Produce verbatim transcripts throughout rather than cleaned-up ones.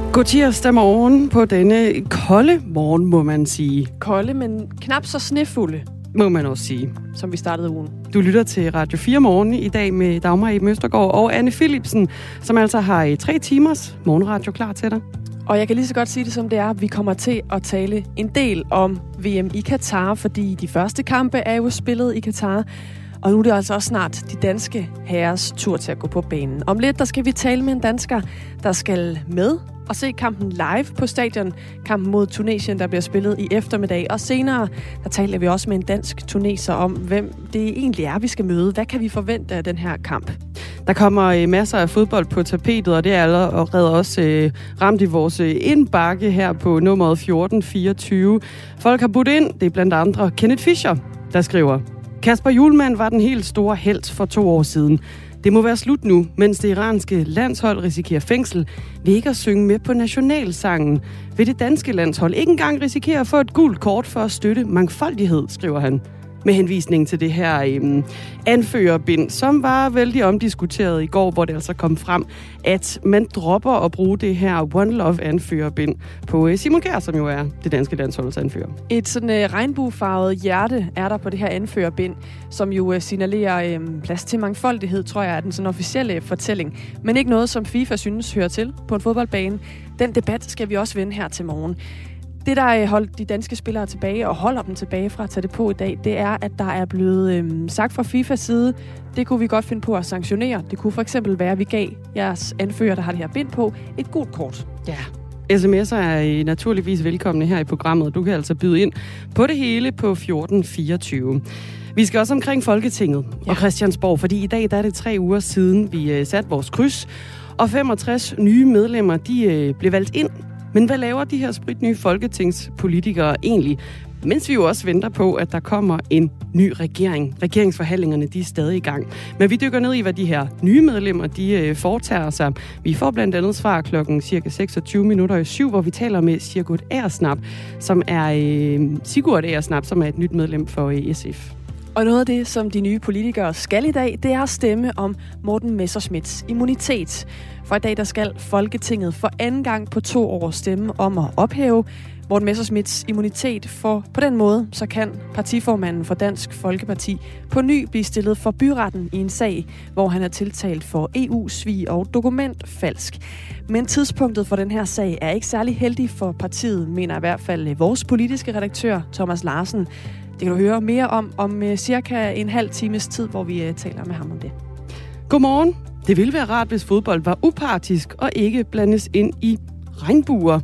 God tirsdag morgen på denne kolde morgen, må man sige. Kolde, men knap så snefulde, må man også sige. Som vi startede ugen. Du lytter til Radio fire Morgen i dag med Dagmar Eben Østergaard og Anne Philipsen, som altså har tre timers morgenradio klar til dig. Og jeg kan lige så godt sige det, som det er. Vi kommer til at tale en del om V M i Katar, fordi de første kampe er jo spillet i Katar. Og nu er det altså også snart de danske herres tur til at gå på banen. Om lidt, der skal vi tale med en dansker, der skal med og se kampen live på stadion. Kampen mod Tunesien, der bliver spillet i eftermiddag. Og senere, der taler vi også med en dansk tuneser om, hvem det egentlig er, vi skal møde. Hvad kan vi forvente af den her kamp? Der kommer masser af fodbold på tapetet, og det er allerede også øh, ramt i vores indbakke her på nummeret fjorten fireogtyve. Folk har budt ind, det er blandt andre Kenneth Fischer, der skriver: Kasper Hjulmand var den helt store helt for to år siden. Det må være slut nu, mens det iranske landshold risikerer fængsel ved ikke at synge med på nationalsangen. Vil det danske landshold ikke engang risikere at få et gult kort for at støtte mangfoldighed, skriver han. Med henvisning til det her øhm, anførerbind, som var vældig omdiskuteret i går, hvor det altså kom frem, at man dropper at bruge det her One Love anførerbind på øh, Simon Kjær, som jo er det danske landsholds anfører. Et sådan øh, regnbuefarvet hjerte er der på det her anførerbind, som jo øh, signalerer øh, plads til mangfoldighed, tror jeg, er den sådan officielle fortælling. Men ikke noget, som FIFA synes hører til på en fodboldbane. Den debat skal vi også vende her til morgen. Det, der holdt de danske spillere tilbage og holder dem tilbage fra at tage det på i dag, det er, at der er blevet øhm, sagt fra FIFAs side, det kunne vi godt finde på at sanktionere. Det kunne for eksempel være, at vi gav jeres anfører, der har det her bind på, et gult kort. Ja. sms'er er naturligvis velkomne her i programmet. Du kan altså byde ind på det hele på fjorten fireogtyve. Vi skal også omkring Folketinget ja. og Christiansborg, fordi i dag der er det tre uger siden, vi uh, satte vores kryds, og femogtres nye medlemmer, de uh, blev valgt ind. Men hvad laver de her spritnye folketingspolitikere egentlig, mens vi jo også venter på, at der kommer en ny regering? Regeringsforhandlingerne, de er stadig i gang. Men vi dykker ned i, hvad de her nye medlemmer, de øh, foretager sig. Vi får blandt andet svar klokken cirka seksogtyve minutter i syv, hvor vi taler med Sigurd Agersnap, som er øh, Sigurd Agersnap, som er et nyt medlem for øh, S F. Og noget af det, som de nye politikere skal i dag, det er at stemme om Morten Messerschmidts immunitet. For i dag, der skal Folketinget for anden gang på to år stemme om at ophæve Morten Messerschmidts immunitet. For på den måde, så kan partiformanden for Dansk Folkeparti på ny blive stillet for byretten i en sag, hvor han er tiltalt for E U-svig og dokumentfalsk. Men tidspunktet for den her sag er ikke særlig heldig for partiet, mener i hvert fald vores politiske redaktør, Thomas Larsen. Det kan du høre mere om om cirka en halv times tid, hvor vi taler med ham om det. Godmorgen. Det ville være rart, hvis fodbold var upartisk og ikke blandes ind i regnbuer.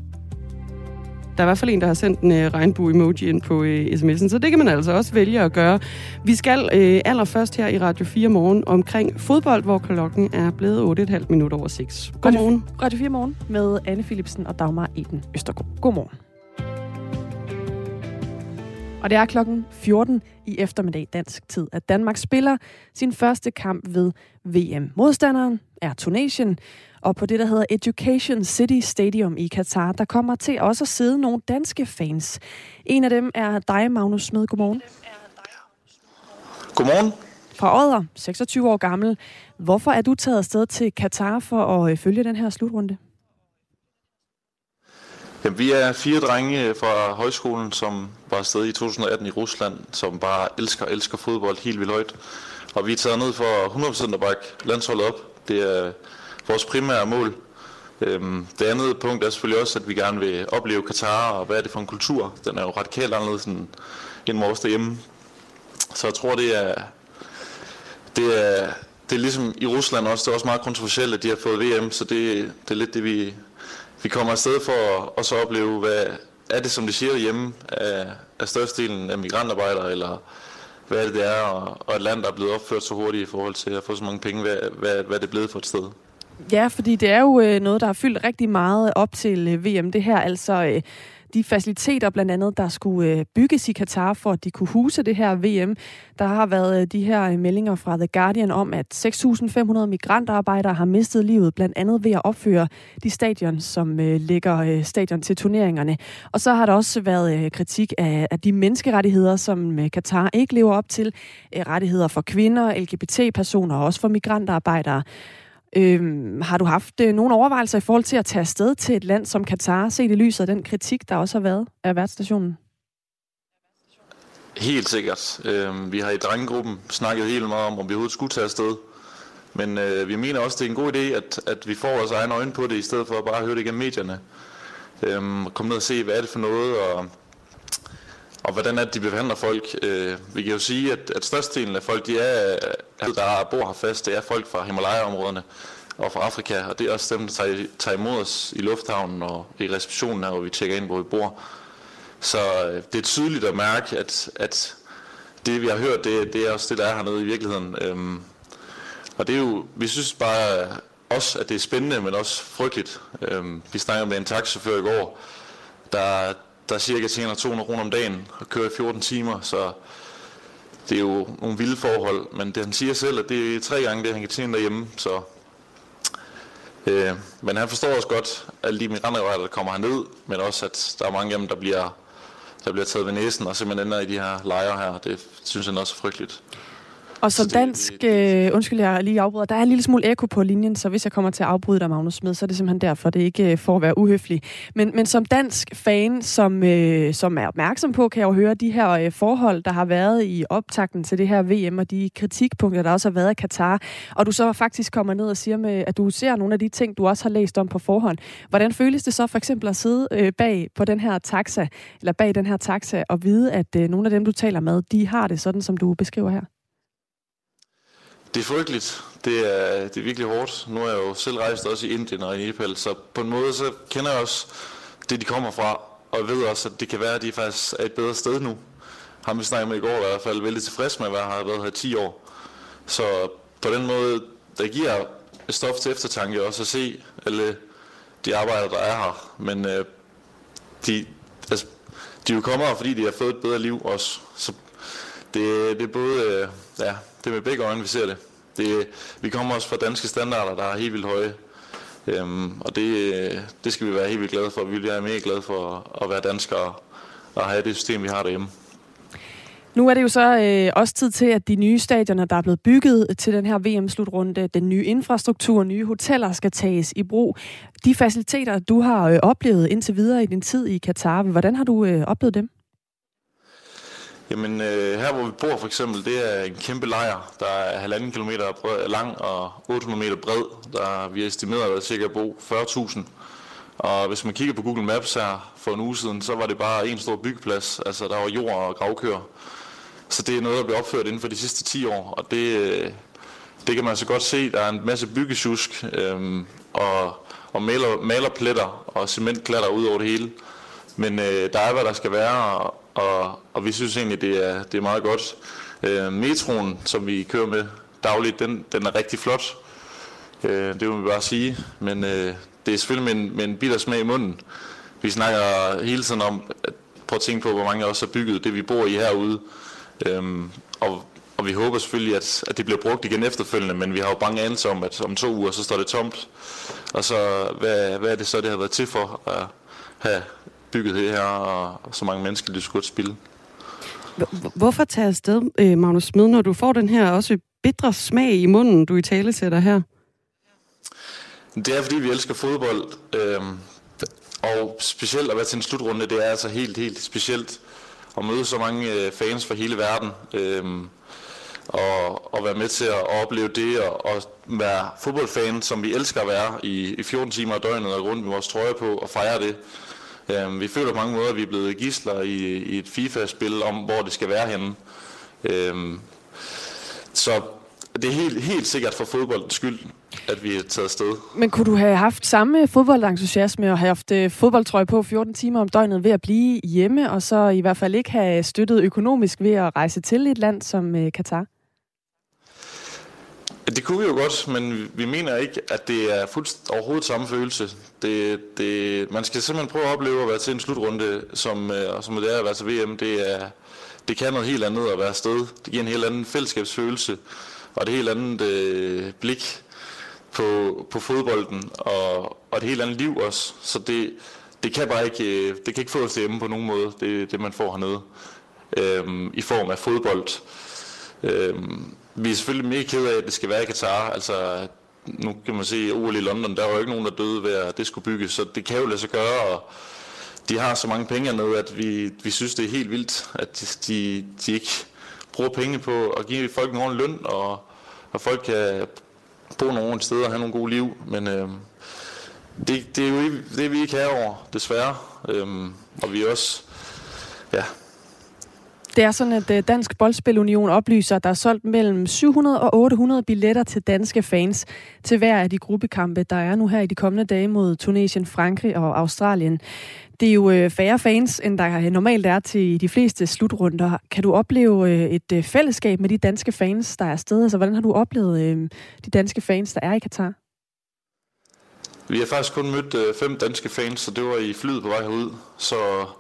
Der er i hvert fald en, der har sendt en uh, regnbue-emoji ind på uh, sms'en, så det kan man altså også vælge at gøre. Vi skal uh, allerførst her i Radio fire Morgen omkring fodbold, hvor klokken er blevet otte komma fem minutter over seks. Godmorgen. Radio fire Morgen med Anne Philipsen og Dagmar Eben Østergaard. Godmorgen. Og det er klokken fjorten i eftermiddag dansk tid, at Danmark spiller sin første kamp ved V M. Modstanderen er Tunesien, og på det, der hedder Education City Stadium i Katar, der kommer til også at sidde nogle danske fans. En af dem er dig, Magnus Smed. Godmorgen. Godmorgen. Fra Odder, seksogtyve år gammel. Hvorfor er du taget afsted til Katar for at følge den her slutrunde? Jamen, vi er fire drenge fra højskolen, som var afsted i to tusind og atten i Rusland, som bare elsker, elsker fodbold helt vildt højt. Og vi er taget ned for hundrede procent at bakke landsholdet op. Det er vores primære mål. Det andet punkt er selvfølgelig også, at vi gerne vil opleve Katar, og hvad er det for en kultur? Den er jo radikalt anderledes end, end vores derhjemme. Så jeg tror, det er, det er, det er ligesom i Rusland også. Det er også meget kontroversielt, at de har fået V M, så det, det er lidt det, vi... Vi kommer afsted for at også opleve, hvad er det, som de siger hjemme af, af størstedelen af migrantarbejdere, eller hvad er det, det er, og, og et land, der er blevet opført så hurtigt i forhold til at få så mange penge, hvad, hvad, hvad det er blevet for et sted. Ja, fordi det er jo noget, der har fyldt rigtig meget op til V M. Det her altså de faciliteter blandt andet, der skulle bygges i Katar, for at de kunne huse det her V M. Der har været de her meldinger fra The Guardian om, at seks tusind fem hundrede migrantarbejdere har mistet livet, blandt andet ved at opføre de stadion, som ligger stadion til turneringerne. Og så har der også været kritik af de menneskerettigheder, som Katar ikke lever op til. Rettigheder for kvinder, L G B T-personer og også for migrantarbejdere. Øhm, har du haft øh, nogle overvejelser i forhold til at tage afsted til et land som Katar, set i lyset af den kritik, der også har været af værtsstationen? Helt sikkert. Øh, vi har i drengegruppen snakket helt meget om, om vi overhovedet skulle tage afsted. Men øh, vi mener også, det er en god idé, at, at vi får vores egne øjne på det, i stedet for at bare høre det igennem medierne. Øh, komme ned og se, hvad er det for noget, og, og hvordan er det, de behandler folk. Øh, vi kan jo sige, at, at størstedelen af folk, de er, der bor her fast, det er folk fra Himalaya-områderne og fra Afrika. Og det er også dem, der tager, tager imod os i lufthavnen og i receptionen her, hvor vi tjekker ind, hvor vi bor. Så øh, det er tydeligt at mærke, at, at det, vi har hørt, det, det er også det, der er hernede i virkeligheden. Øh, Og det er jo, vi synes bare også, at det er spændende, men også frygteligt. Øhm, vi snakker med en taxichauffør i går, der, der cirka tjener to hundrede kroner om dagen og kører i fjorten timer, så det er jo nogle vilde forhold. Men det, han siger selv, at det er tre gange det, han kan tjene derhjemme. Så, øh, men han forstår også godt, alle de migrantarbejdere, der kommer herned, men også, at der er mange af dem, der bliver, der bliver taget ved næsen og simpelthen ender i de her lejre her. Det synes han også er frygteligt. Og som dansk, øh, undskyld jeg lige afbryder, der er en lille smule ekko på linjen, så hvis jeg kommer til at afbryde dig, Magnus Smed, så er det simpelthen derfor, det ikke for at være uhøflig. Men, men som dansk fan, som, øh, som er opmærksom på, kan jeg jo høre de her øh, forhold, der har været i optakten til det her V M, og de kritikpunkter, der også har været af Katar, og du så faktisk kommer ned og siger, med, at du ser nogle af de ting, du også har læst om på forhånd. Hvordan føles det så for eksempel at sidde øh, bag på den her taxa, eller bag den her taxa, og vide, at øh, nogle af dem, du taler med, de har det sådan, som du beskriver her? Det er frygteligt. Det er, det er virkelig hårdt. Nu er jeg jo selv rejst også i Indien og i Nepal, så på en måde så kender jeg også det, de kommer fra, og jeg ved også, at det kan være, at de faktisk er et bedre sted nu. Ham vi snakkede med i går, i hvert fald vældig tilfreds med, at jeg har været her i ti år. Så på den måde, der giver et stof til eftertanke også at se alle de arbejdere, der er her. Men øh, de, altså, de er jo kommet her, fordi de har fået et bedre liv også. Så det, det er både... Øh, ja, det er med begge øjne, vi ser det. det. Vi kommer også fra danske standarder, der er helt vildt høje. Øhm, og det, det skal vi være helt vildt glade for. Vi er mega glade for at være danskere og have det system, vi har derhjemme. Nu er det jo så øh, også tid til, at de nye stadioner, der er blevet bygget til den her V M-slutrunde, den nye infrastruktur, nye hoteller skal tages i brug. De faciliteter, du har øh, oplevet indtil videre i din tid i Katar, hvordan har du øh, oplevet dem? Jamen øh, her hvor vi bor for eksempel, det er en kæmpe lejr, der er halvanden kilometer lang og otte hundrede meter bred. Der vi har estimeret, at der cirka bo fyrre tusind. Og hvis man kigger på Google Maps her for en uge siden, så var det bare en stor byggeplads. Altså der var jord og gravkøer. Så det er noget, der blev opført inden for de sidste ti år. Og det, det kan man så godt se. Der er en masse byggesjusk øhm, og, og maler, malerpletter og cementklatter ud over det hele. Men øh, der er, hvad der skal være, og, og, og vi synes egentlig, det er, det er meget godt. Øh, metroen, som vi kører med dagligt, den, den er rigtig flot. Øh, det må vi bare sige. Men øh, det er selvfølgelig med en, med en bitter smag i munden. Vi snakker hele tiden om, at prøv at tænke på, hvor mange af os har bygget det, vi bor i herude. Øh, og, og vi håber selvfølgelig, at, at det bliver brugt igen efterfølgende, men vi har jo bange anelse om, at om to uger, så står det tomt. Og så, hvad, hvad er det så, det har været til for at have bygget det her, og så mange mennesker, det skulle spille. Hvorfor tage afsted, Magnus Smed, når du får den her også bitre smag i munden, du i tale sætter her? Det er, fordi vi elsker fodbold, øhm, og specielt at være til en slutrunde, det er altså helt, helt specielt at møde så mange øh, fans fra hele verden, øhm, og, og være med til at opleve det, og, og være fodboldfan, som vi elsker at være i, i fjorten timer af døgnet, og rundt med vores trøje på, og fejre det. Um, vi føler på mange måder, at vi er blevet gidsler i, i et FIFA-spil om, hvor det skal være henne. Um, så det er helt, helt sikkert for fodboldens skyld, at vi er taget afsted. Men kunne du have haft samme fodboldentusiasme og have haft uh, fodboldtrøje på fjorten timer om døgnet ved at blive hjemme, og så i hvert fald ikke have støttet økonomisk ved at rejse til et land som uh, Katar? Det kunne vi jo godt, men vi mener ikke, at det er fuldst overhovedet samme følelse. Det, det, man skal simpelthen prøve at opleve at være til en slutrunde, som, som det er at være til V M. Det, er, det kan noget helt andet at være afsted. Det giver en helt anden fællesskabsfølelse, og det helt andet øh, blik på, på fodbolden, og, og et helt andet liv også. Så det, det kan bare ikke, det kan ikke få os hjemme på nogen måde, det, det man får hernede, øhm, i form af fodbold. Øhm, Vi er selvfølgelig mega kede af, at det skal være i Katar. Altså, nu kan man se O L i London, der var jo ikke nogen, der døde ved, at det skulle bygges, så det kan jo lade sig gøre, og de har så mange penge hernede, at vi, vi synes, det er helt vildt, at de, de ikke bruger penge på at give folk en ordentlig løn, og, og folk kan bo nogle ordentlige steder og have nogle gode liv, men øh, det, det er jo det, vi ikke har over, desværre, øh, og vi også, ja. Det er sådan, at Dansk Boldspil-Union oplyser, at der er solgt mellem syv hundrede og otte hundrede billetter til danske fans til hver af de gruppekampe, der er nu her i de kommende dage mod Tunesien, Frankrig og Australien. Det er jo færre fans, end der normalt er til de fleste slutrunder. Kan du opleve et fællesskab med de danske fans, der er afsted? Altså, hvordan har du oplevet de danske fans, der er i Katar? Vi har faktisk kun mødt fem danske fans, så det var i flyet på vej herud, så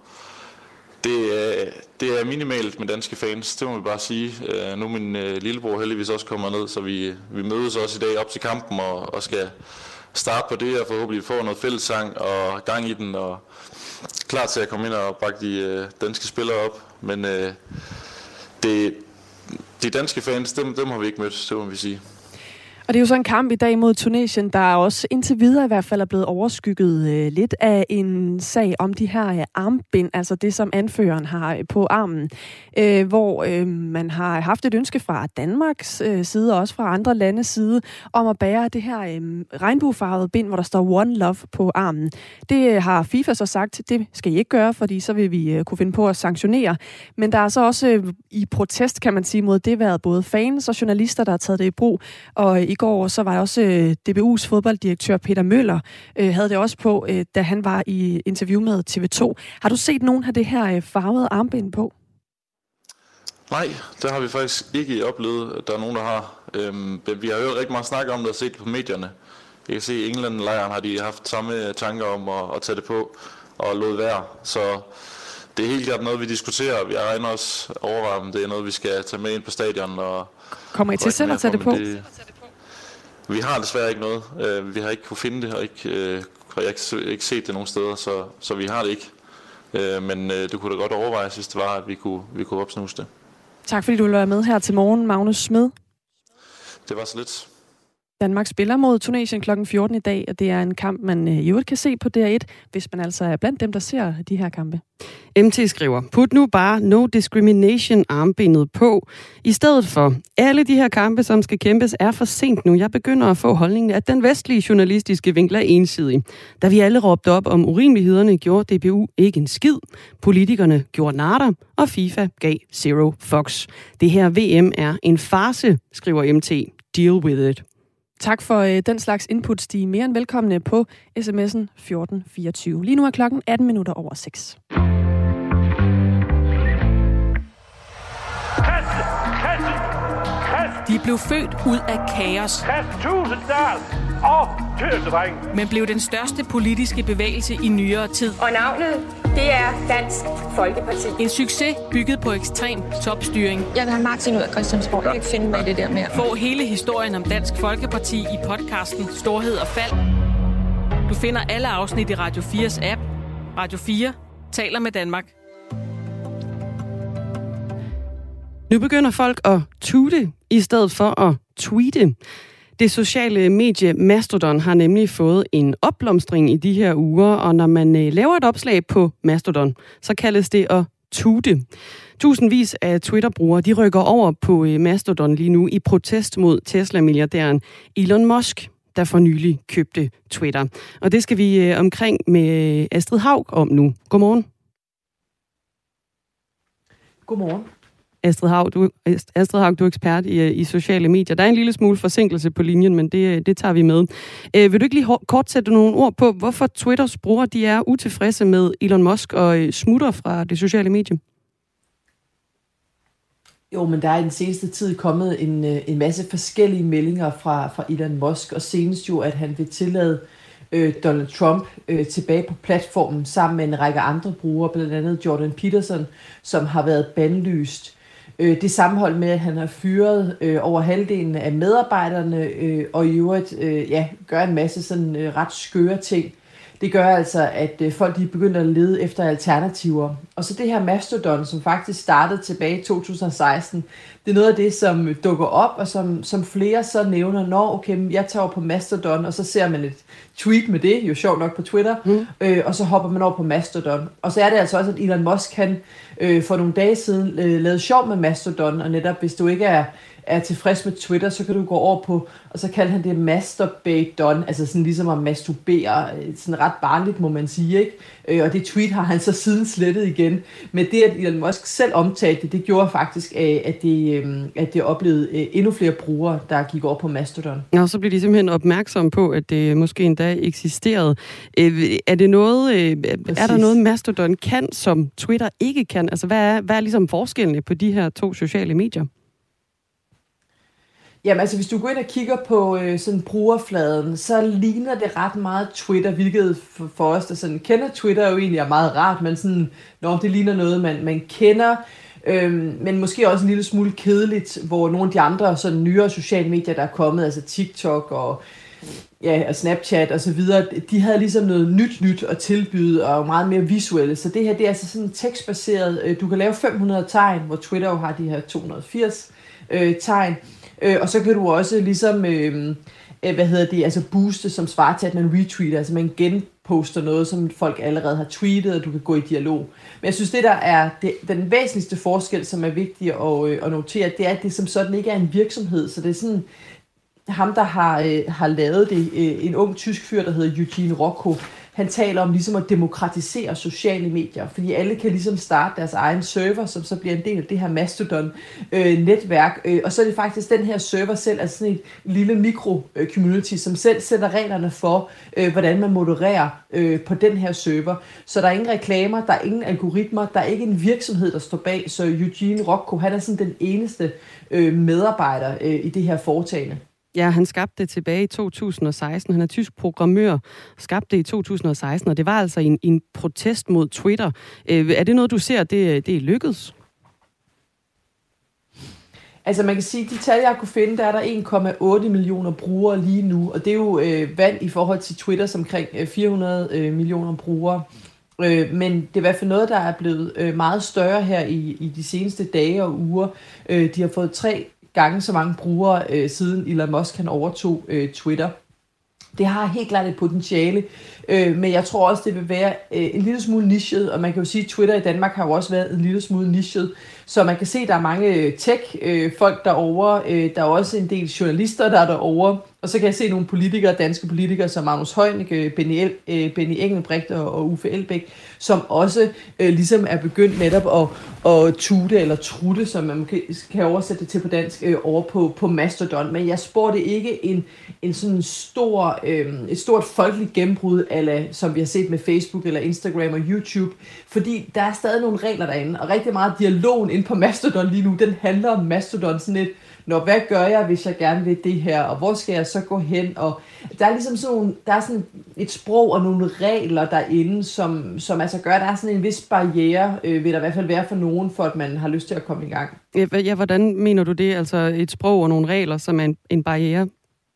Det er, det er minimalt med danske fans, det må vi bare sige. Uh, nu er min uh, lillebror heldigvis også kommer ned, så vi, vi mødes også i dag op til kampen og, og skal starte på det og forhåbentlig få noget fællessang og gang i den og klar til at komme ind og bakke de uh, danske spillere op. Men uh, det, de danske fans, dem, dem har vi ikke mødt, det må vi sige. Og det er jo så en kamp i dag mod Tunesien, der også indtil videre i hvert fald er blevet overskygget øh, lidt af en sag om de her øh, armbind, altså det, som anføreren har øh, på armen, øh, hvor øh, man har haft et ønske fra Danmarks øh, side og også fra andre landes side om at bære det her øh, regnbuefarvede bind, hvor der står One Love på armen. Det øh, har FIFA så sagt, det skal I ikke gøre, fordi så vil vi øh, kunne finde på at sanktionere. Men der er så også øh, i protest, kan man sige, mod det været både fans og journalister, der har taget det i brug, og øh, i går så var også øh, D B U's fodbolddirektør Peter Møller, øh, havde det også på, øh, da han var i interview med T V to. Har du set nogen af det her øh, farvede armbind på? Nej, det har vi faktisk ikke oplevet, at der er nogen, der har. Øhm, vi har hørt rigtig meget snak om det og set det på medierne. Jeg kan se, at i England-lejren har de haft samme tanker om at, at tage det på og lod være. Så det er helt klart noget, vi diskuterer. Vi regner også overvejer, om det er noget, vi skal tage med ind på stadion. Og kommer I til selv at tage det på? Det, vi har desværre ikke noget. Uh, vi har ikke kunne finde det, og ikke, uh, og jeg har ikke, ikke set det nogen steder, så, så vi har det ikke. Uh, men uh, det kunne da godt overvejes, hvis det var, at vi kunne, vi kunne opsnuse det. Tak fordi du ville være med her til morgen, Magnus Smed. Det var så lidt. Danmark spiller mod Tunesien klokken fjorten i dag, og det er en kamp, man i øvrigt kan se på D R et, hvis man altså er blandt dem, der ser de her kampe. M T skriver, put nu bare no discrimination armbindet på. I stedet for, alle de her kampe, som skal kæmpes, er for sent nu. Jeg begynder at få holdningen, at den vestlige journalistiske vinkel er ensidig. Da vi alle råbte op om urimelighederne, gjorde D B U ikke en skid. Politikerne gjorde natter, og FIFA gav zero fucks. Det her V M er en farce, skriver M T. Deal with it. Tak for øh, den slags inputs. De er mere end velkomne på sms'en fjorten fireogtyve. Lige nu er klokken atten minutter over seks. De blev født ud af kaos. Men blev den største politiske bevægelse i nyere tid. Og navnet, det er Dansk Folkeparti. En succes bygget på ekstrem topstyring. Jeg vil have Martin ud af Christiansborg. Jeg kan ikke finde mig i det der mere. Få hele historien om Dansk Folkeparti i podcasten Storhed og Fald. Du finder alle afsnit i Radio fires app. Radio fire taler med Danmark. Nu begynder folk at tute i stedet for at tweete. Det sociale medie Mastodon har nemlig fået en opblomstring i de her uger, og når man laver et opslag på Mastodon, så kaldes det at tute. Tusindvis af Twitter-brugere, de rykker over på Mastodon lige nu i protest mod Tesla-milliardæren Elon Musk, der for nylig købte Twitter. Og det skal vi omkring med Astrid Haug om nu. Godmorgen. Godmorgen. Astrid Haug, du, Astrid Haug, du er ekspert i, i sociale medier. Der er en lille smule forsinkelse på linjen, men det, det tager vi med. Øh, vil du ikke lige kort sætte nogle ord på, hvorfor Twitters brugere de er utilfredse med Elon Musk og smutter fra det sociale medie? Jo, men der er i den seneste tid kommet en, en masse forskellige meldinger fra, fra Elon Musk, og senest jo, at han vil tillade øh, Donald Trump øh, tilbage på platformen sammen med en række andre brugere, blandt andet Jordan Peterson, som har været bandlyst. Øh, det sammenhold med, at han har fyret øh, over halvdelen af medarbejderne, øh, og i øvrigt øh, ja, gør en masse sådan øh, ret skøre ting. det gør altså, at øh, folk de begynder at lede efter alternativer. Og så det her Mastodon, som faktisk startede tilbage i to tusind og seksten, det er noget af det, som dukker op, og som, som flere så nævner, når okay, jeg tager over på Mastodon, og så ser man et tweet med det, jo sjovt nok på Twitter, mm. øh, og så hopper man over på Mastodon. Og så er det altså også, at Elon Musk, han øh, for nogle dage siden øh, lavede sjov med Mastodon, og netop hvis du ikke er er tilfreds med Twitter, så kan du gå over på, og så kalder han det masturbate-don, altså sådan ligesom at masturbere, sådan ret barnligt, må man sige, ikke? Og det tweet har han så siden slettet igen. Men det, at Elon Musk selv omtalte det, det gjorde faktisk, at det, at det oplevede endnu flere brugere, der gik over på Mastodon. Og så blev de simpelthen opmærksom på, at det måske endda eksisterede. Er det noget, er der noget Mastodon kan, som Twitter ikke kan? Altså, hvad er, hvad er ligesom forskellene på de her to sociale medier? Jamen altså, hvis du går ind og kigger på øh, sådan brugerfladen, så ligner det ret meget Twitter, hvilket for, for os, der sådan kender Twitter, jo egentlig er meget rart, men sådan, når det ligner noget, man, man kender, øh, men måske også en lille smule kedeligt, hvor nogle af de andre sådan nyere sociale medier, der er kommet, altså TikTok og, ja, og Snapchat og så videre, de havde ligesom noget nyt nyt at tilbyde, og meget mere visuelle. Så det her, det er altså sådan tekstbaseret. Du kan lave fem hundrede tegn, hvor Twitter jo har de her to hundrede og firs øh, tegn. Øh, og så kan du også ligesom, øh, hvad hedder det, altså booste, som svarer til, at man retweeter, altså man genposter noget, som folk allerede har tweetet, og du kan gå i dialog. Men jeg synes, det der er det, den væsentligste forskel, som er vigtig at, øh, at notere, det er, at det som sådan ikke er en virksomhed, så det er sådan, ham der har, øh, har lavet det, øh, en ung tysk fyr, der hedder Eugene Rocco, han taler om ligesom at demokratisere sociale medier, fordi alle kan ligesom starte deres egen server, som så bliver en del af det her Mastodon-netværk. Øh, øh, og så er det faktisk den her server selv, altså sådan et lille mikro-community, som selv sætter reglerne for, øh, hvordan man modererer øh, på den her server. Så der er ingen reklamer, der er ingen algoritmer, der er ikke en virksomhed, der står bag. Så Eugene Rocco, han er sådan den eneste øh, medarbejder øh, i det her foretagende. Ja, han skabte det tilbage i to tusind og seksten. Han er tysk programmør, skabte det i to tusind og seksten, og det var altså en, en protest mod Twitter. Øh, er det noget, du ser, det, det er lykkedes? Altså man kan sige, at de tal, jeg kunne finde, der er der en komma otte millioner brugere lige nu, og det er jo øh, vand i forhold til Twitters omkring øh, fire hundrede øh, millioner brugere. Øh, men det er i hvert fald noget, der er blevet øh, meget større her i, i de seneste dage og uger. Øh, de har fået tre gange så mange brugere, øh, siden Elon Musk han overtog øh, Twitter. Det har helt klart et potentiale, øh, men jeg tror også, det vil være øh, en lille smule nichet, og man kan jo sige, at Twitter i Danmark har jo også været en lille smule nichet, så man kan se, at der er mange tech-folk øh, derovre, øh, der er også en del journalister, der er derovre, og så kan jeg se nogle politikere, danske politikere, som Magnus Heunicke, Benny, El, øh, Benny Engelbrecht og, og Uffe Elbæk, som også øh, ligesom er begyndt netop at, at tute eller trutte, som man kan, kan oversætte det til på dansk, øh, over på, på Mastodon. Men jeg spår det ikke en, en sådan stor, øh, et stort folkeligt gennembrud, eller, som vi har set med Facebook eller Instagram og YouTube, fordi der er stadig nogle regler derinde, og rigtig meget dialogen inde på Mastodon lige nu, den handler om Mastodon sådan lidt, når hvad gør jeg, hvis jeg gerne vil det her, og hvor skal jeg så gå hen, og der er ligesom sådan, nogle, der er sådan et sprog og nogle regler derinde, som, som altså gør, at der er sådan en vis barriere, øh, vil der i hvert fald være for nogen, for at man har lyst til at komme i gang. Ja, hvordan mener du det, altså et sprog og nogle regler, som er en, en barriere?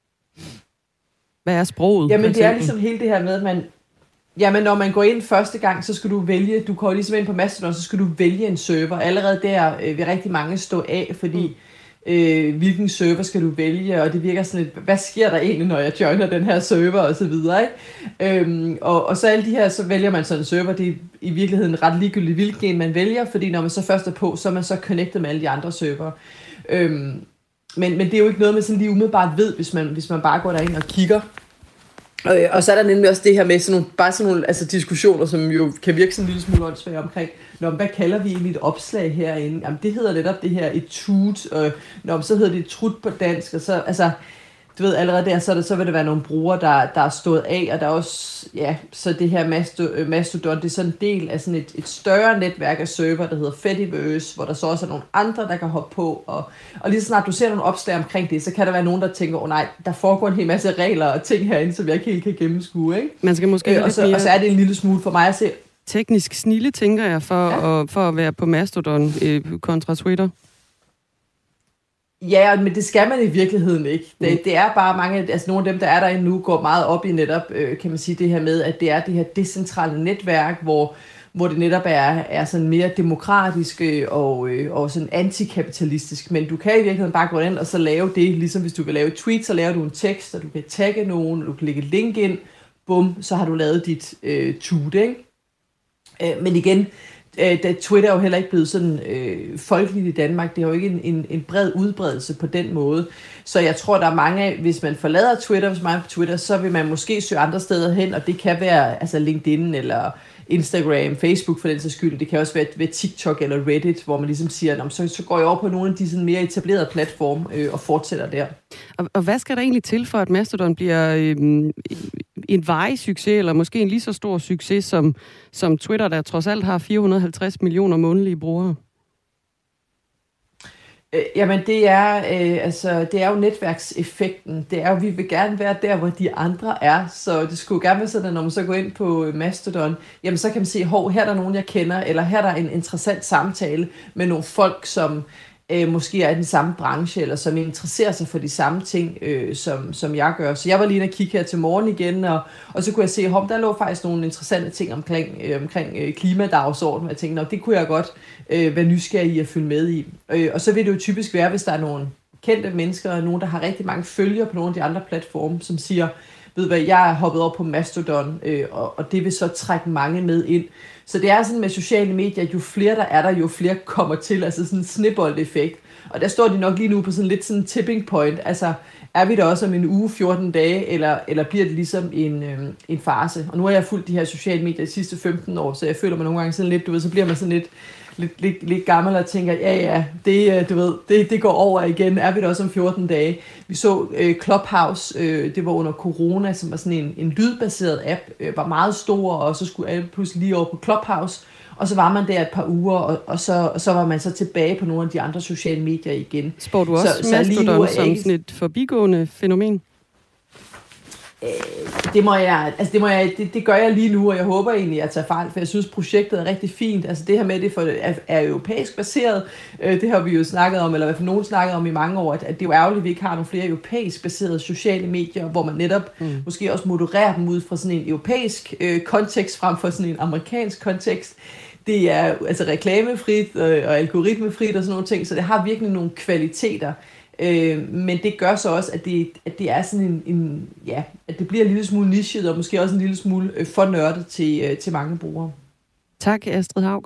Hvad er sproget? Jamen det er ligesom hele det her med, at man, jamen når man går ind første gang, så skal du vælge, du går ligesom ind på Mastodon, så skal du vælge en server. Allerede der øh, vil rigtig mange stå af, fordi mm. Øh, hvilken server skal du vælge, og det virker sådan lidt, hvad sker der egentlig, når jeg joiner den her server, og så videre, ikke? Øhm, og, og så alle de her, så vælger man sådan en server, det er i virkeligheden ret ligegyldigt, hvilken man vælger, fordi når man så først er på, så er man så connected med alle de andre server. Øhm, men, men det er jo ikke noget, man sådan lige umiddelbart ved, hvis man, hvis man bare går derind og kigger. Og, og så er der nemlig også det her med sådan nogle, bare sådan nogle altså diskussioner, som jo kan virke sådan en lille smule åndssvagt omkring, når, hvad kalder vi egentlig et opslag herinde? Jamen det hedder netop det her et tweet, og når, så hedder det et trut på dansk, og så, altså, du ved allerede der, så, der, så vil der være nogle brugere, der, der er stået af, og der er også, ja, så det her Mastodon, det er sådan en del af sådan et, et større netværk af server, der hedder Fediverse, hvor der så også er nogle andre, der kan hoppe på, og, og lige så snart du ser nogle opslag omkring det, så kan der være nogen, der tænker, åh oh, nej, der foregår en hel masse regler og ting herinde, som jeg ikke helt kan gennemskue, ikke? Man skal måske øh, og, så, og så er det en lille smule for mig at se. Teknisk snille, tænker jeg, for, ja. at, for at være på Mastodon øh, kontra Twitter. Ja, men det skal man i virkeligheden ikke. Det, mm. det er bare mange, altså nogle af dem, der er der nu, går meget op i netop, øh, kan man sige, det her med, at det er det her decentrale netværk, hvor, hvor det netop er, er sådan mere demokratisk og, øh, og sådan antikapitalistisk. Men du kan i virkeligheden bare gå ind og så lave det, ligesom hvis du vil lave et tweet, så laver du en tekst, og du kan tagge nogen, og du kan lægge et link ind, bum, så har du lavet dit øh, tweet, ikke? Øh, men igen, da Twitter er jo heller ikke blevet sådan øh, folkeligt i Danmark. Det har jo ikke en, en, en bred udbredelse på den måde. Så jeg tror, der er mange, hvis man forlader Twitter, hvis man er på Twitter, så vil man måske søge andre steder hen, og det kan være altså LinkedIn eller Instagram, Facebook for den sags skyld. Det kan også være, være TikTok eller Reddit, hvor man ligesom siger, så, så går jeg over på nogle af de sådan mere etablerede platforme øh, og fortsætter der. Og, og hvad skal der egentlig til for, at Mastodon bliver øh, en varig succes, eller måske en lige så stor succes som, som Twitter, der trods alt har fire hundrede og halvtreds millioner månedlige brugere? Øh, jamen det er, øh, altså, det er jo netværkseffekten. Det er jo, vi vil gerne være der, hvor de andre er. Så det skulle gerne være sådan, at når man så går ind på Mastodon, jamen så kan man se, hov, her er der nogen, jeg kender, eller her er der en interessant samtale med nogle folk, som øh, måske er i den samme branche, eller som interesserer sig for de samme ting, øh, som, som jeg gør. Så jeg var lige inde og kigge her til morgen igen, og, og så kunne jeg se, hov, der lå faktisk nogle interessante ting omkring, øh, omkring øh, klimadagsordenen. Jeg tænkte, det kunne jeg godt øh, være nysgerrig i at følge med i. Øh, og så vil det jo typisk være, hvis der er nogle kendte mennesker, og nogen, der har rigtig mange følgere på nogle af de andre platforme, som siger, ved hvad, jeg er hoppet over på Mastodon, øh, og, og det vil så trække mange med ind. Så det er sådan med sociale medier, jo flere der er der, jo flere kommer til, altså sådan en snibbold-effekt. Og der står de nok lige nu på sådan lidt sådan en tipping point, altså er vi der også om en uge, fjorten dage, eller, eller bliver det ligesom en, øh, en farce? Og nu har jeg fulgt de her sociale medier de sidste femten år, så jeg føler mig nogle gange sådan lidt, du ved, så bliver man sådan lidt, lidt, lidt, lidt gammel og tænker, ja ja, det, du ved, det, det går over igen, er vi der også om fjorten dage. Vi så øh, Clubhouse, øh, det var under corona, som var sådan en, en lydbaseret app, øh, var meget stor, og så skulle alle pludselig lige over på Clubhouse, og så var man der et par uger, og, og, så, og så var man så tilbage på nogle af de andre sociale medier igen. Spår du også så, Mastodon så som ikke... sådan et forbigående fænomen? Øh, det må jeg, altså det må jeg, det, det gør jeg lige nu, og jeg håber egentlig, at jeg tager fejl, for jeg synes, projektet er rigtig fint. Altså det her med, det for, er, er europæisk baseret, øh, det har vi jo snakket om, eller i hvert fald nogen snakket om i mange år, at, at det er jo ærgerligt, at vi ikke har nogle flere europæisk baserede sociale medier, hvor man netop mm. måske også modererer dem ud fra sådan en europæisk øh, kontekst, frem for sådan en amerikansk kontekst. Det er altså reklamefrit øh, og algoritmefrit og sådan nogle ting, så det har virkelig nogle kvaliteter. Øh, men det gør så også, at det, at det er sådan en, en, ja, at det bliver en lille smule nichet, og måske også en lille smule øh, for nørdet til, øh, til mange brugere. Tak, Astrid Haug.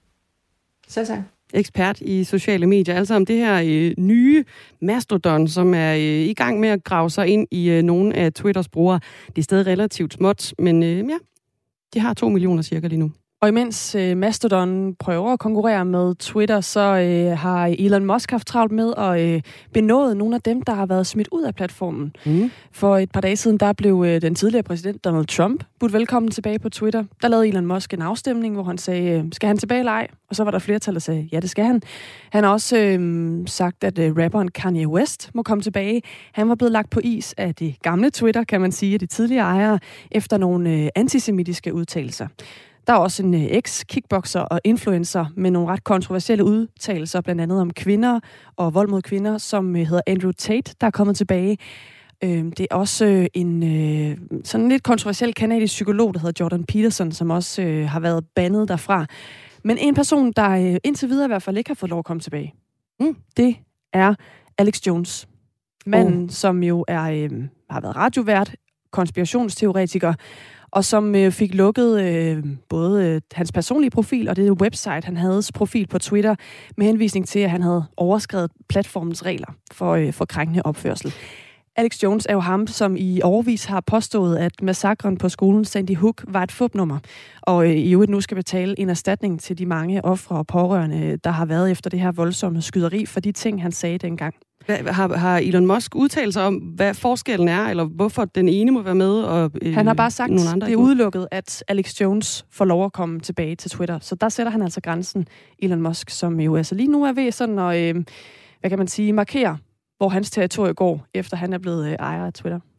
Så tak. Ekspert i sociale medier, altså om det her øh, nye Mastodon, som er øh, i gang med at grave sig ind i øh, nogle af Twitters brugere. Det er stadig relativt småt, men øh, ja, de har to millioner cirka lige nu. Og imens øh, Mastodon prøver at konkurrere med Twitter, så øh, har Elon Musk haft travlt med at øh, benåde nogle af dem, der har været smidt ud af platformen. Mm. For et par dage siden, der blev øh, den tidligere præsident Donald Trump budt velkommen tilbage på Twitter. Der lavede Elon Musk en afstemning, hvor han sagde, øh, skal han tilbage eller ej? Og så var der flertal, der sagde, ja, det skal han. Han har også øh, sagt, at øh, rapperen Kanye West må komme tilbage. Han var blevet lagt på is af det gamle Twitter, kan man sige, af de tidligere ejere, efter nogle øh, antisemitiske udtalelser. Der er også en øh, eks-kickboxer og influencer med nogle ret kontroversielle udtalelser, blandt andet om kvinder og vold mod kvinder, som øh, hedder Andrew Tate, der er kommet tilbage. Øh, det er også øh, en øh, sådan lidt kontroversiel kanadisk psykolog, der hedder Jordan Peterson, som også øh, har været bandet derfra. Men en person, der øh, indtil videre i hvert fald ikke har fået lov at komme tilbage, mm. det er Alex Jones. Manden, oh. som jo er, øh, har været radiovært, konspirationsteoretiker, og som øh, fik lukket øh, både øh, hans personlige profil og det website, han havde profil på Twitter, med henvisning til, at han havde overskredet platformens regler for, øh, for krænkende opførsel. Alex Jones er jo ham, som i årevis har påstået, at massakren på skolen Sandy Hook var et fupnummer, og øh, i øvrigt nu skal betale en erstatning til de mange ofre og pårørende, der har været efter det her voldsomme skyderi for de ting, han sagde dengang. Har, har Elon Musk udtalt sig om, hvad forskellen er, eller hvorfor den ene må være med, og øh, han har bare sagt, nogle andre det er udelukket, at Alex Jones får lov at komme tilbage til Twitter. Så der sætter han altså grænsen, Elon Musk, som jo altså lige nu er ved sådan at, øh, hvad kan man sige, markere, hvor hans territorie går, efter han er blevet øh, ejer af Twitter. Ja,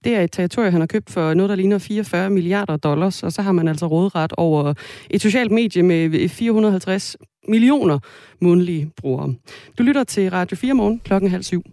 Det er et territorium, han har købt for noget, der ligner fireogfyrre milliarder dollars, og så har man altså råderet over et socialt medie med fire hundrede og halvtreds millioner månedlige brugere. Du lytter til Radio fire morgen klokken halv syv.